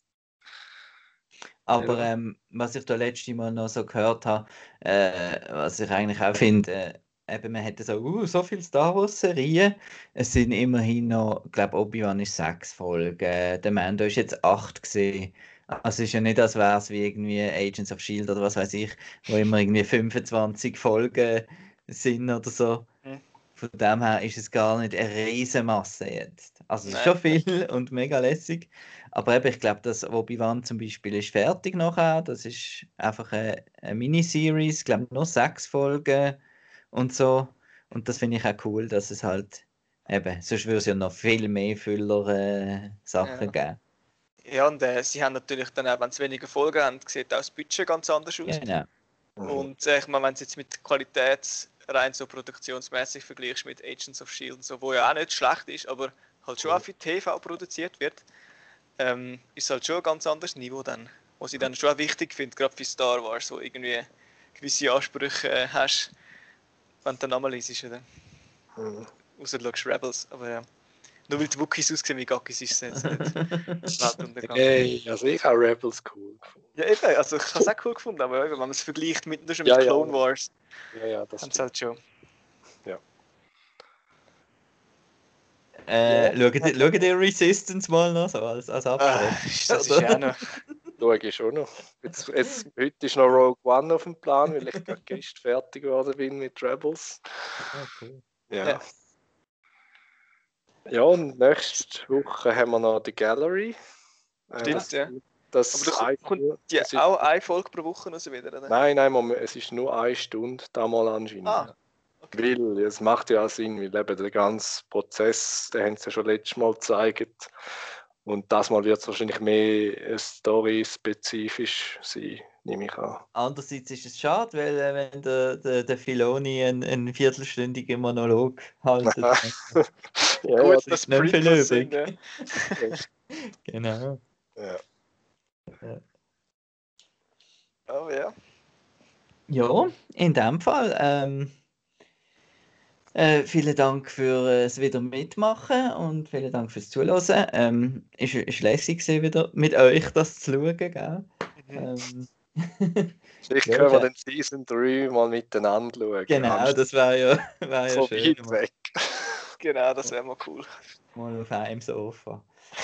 Aber Ja. was ich da letztes Mal noch so gehört habe, was ich eigentlich auch finde, eben man hätte so viele Star Wars Serien. Es sind immerhin noch, ich glaube Obi-Wan ist 6 Folgen, der Mando ist jetzt 8 gesehen. Also es ist ja nicht, als wäre es wie irgendwie Agents of Shield oder was weiß ich, wo immer irgendwie 25 Folgen sind oder so. Mhm. Von dem her ist es gar nicht eine Riesenmasse jetzt. Also es ist Nein. schon viel und mega lässig. Aber eben, ich glaube, das Obi-Wan zum Beispiel ist fertig nachher. Das ist einfach eine Miniseries, ich glaube nur 6 Folgen und so. Und das finde ich auch cool, dass es halt eben, sonst würde es ja noch viel mehr Füller-Sachen geben. Ja, und sie haben natürlich dann auch, wenn es weniger Folgen haben, sieht auch das Budget ganz anders aus. Genau. Und ich meine, wenn du jetzt mit der Qualität rein so produktionsmäßig vergleichst mit Agents of Shield, so, wo ja auch nicht schlecht ist, aber halt schon auch für TV produziert wird, ist halt schon ein ganz anderes Niveau dann. Was ich dann schon auch wichtig finde, gerade für Star Wars, wo irgendwie gewisse Ansprüche hast, wenn du den Namen liest, oder? Außer du schaust Rebels, aber ja. Nur weil die Wookiees aussehen wie Gackis ist es jetzt nicht Weltuntergang. Hey, also ich habe Rebels cool gefunden. Ja, eben, also ich habe es auch cool gefunden, aber eben, wenn man es vergleicht mit, nur schon mit Ja, ja. Clone Wars, Ja, das haben es stimmt. halt schon. Schaut ihr Resistance mal noch so als Abschluss? Das ist ja auch noch. Schaue ich schon noch. Heute ist noch Rogue One auf dem Plan, weil ich gerade gestern fertig geworden bin mit Rebels. Oh, cool. Ja. Ja, und nächste Woche haben wir noch die Gallery. Stimmt, ja. Das Aber da kommt die auch eine Folge pro Woche raus wieder, oder? Nein, Moment, es ist nur 1 Stunde, da mal anscheinend. Ah, okay. Weil es macht ja auch Sinn, weil eben der ganze Prozess, den haben sie ja schon letztes Mal gezeigt. Und das Mal wird es wahrscheinlich mehr story-spezifisch sein, nehme ich an. Andererseits ist es schade, weil wenn der Filoni einen viertelstündigen Monolog haltet, Ja, Gut, das dass ist nicht viel Prequels übrig. sind, ja. Genau. Ja. Oh ja. Ja, in dem Fall. Vielen Dank fürs wieder mitmachen und vielen Dank fürs Zuhören. Ist lässig gewesen, wieder mit euch das zu schauen, gell? Vielleicht Ja, können wir ja. den Season 3 mal miteinander schauen. Genau, das wäre ja so schön. weit weg. Genau, das wäre mal cool. Mal auf einem Sofa.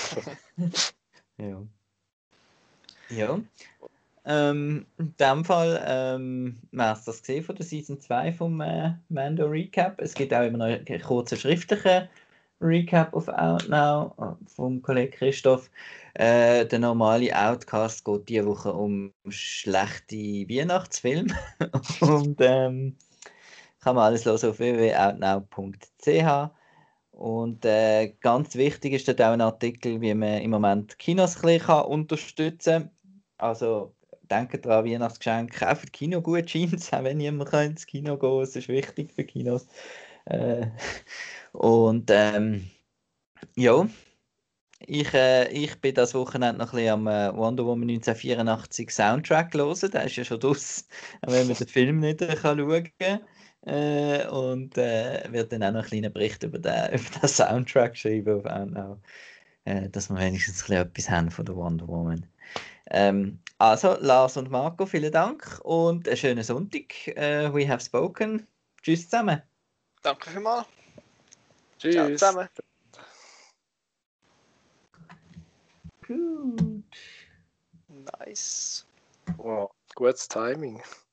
Ja. Ja. In dem Fall wäre es das gesehen von der Season 2 vom Mando Recap. Es gibt auch immer noch einen kurzen schriftlichen Recap auf Outnow vom Kollegen Christoph. Der normale Outcast geht diese Woche um schlechte Weihnachtsfilme. Und kann man alles hören auf www.outnow.ch. Und ganz wichtig ist dort auch ein Artikel, wie man im Moment Kinos ein bisschen unterstützen kann. Also denkt daran, Weihnachtsgeschenke, kauft Kinogutscheine, auch wenn niemand ins Kino gehen kann. Es ist wichtig für Kinos. Und ja, Ich bin das Wochenende noch ein bisschen am Wonder Woman 1984 Soundtrack hören. Der ist ja schon draus, auch wenn man den Film nicht schauen kann. Und werde dann auch noch einen kleinen Bericht über den Soundtrack schreiben auf Outnow. Dass wir wenigstens ein bisschen etwas haben von der Wonder Woman. Also, Lars und Marco, vielen Dank und einen schönen Sonntag. We have spoken. Tschüss zusammen. Danke vielmals. Ciao Tschüss. zusammen. Gut. Nice. Wow, gutes Timing.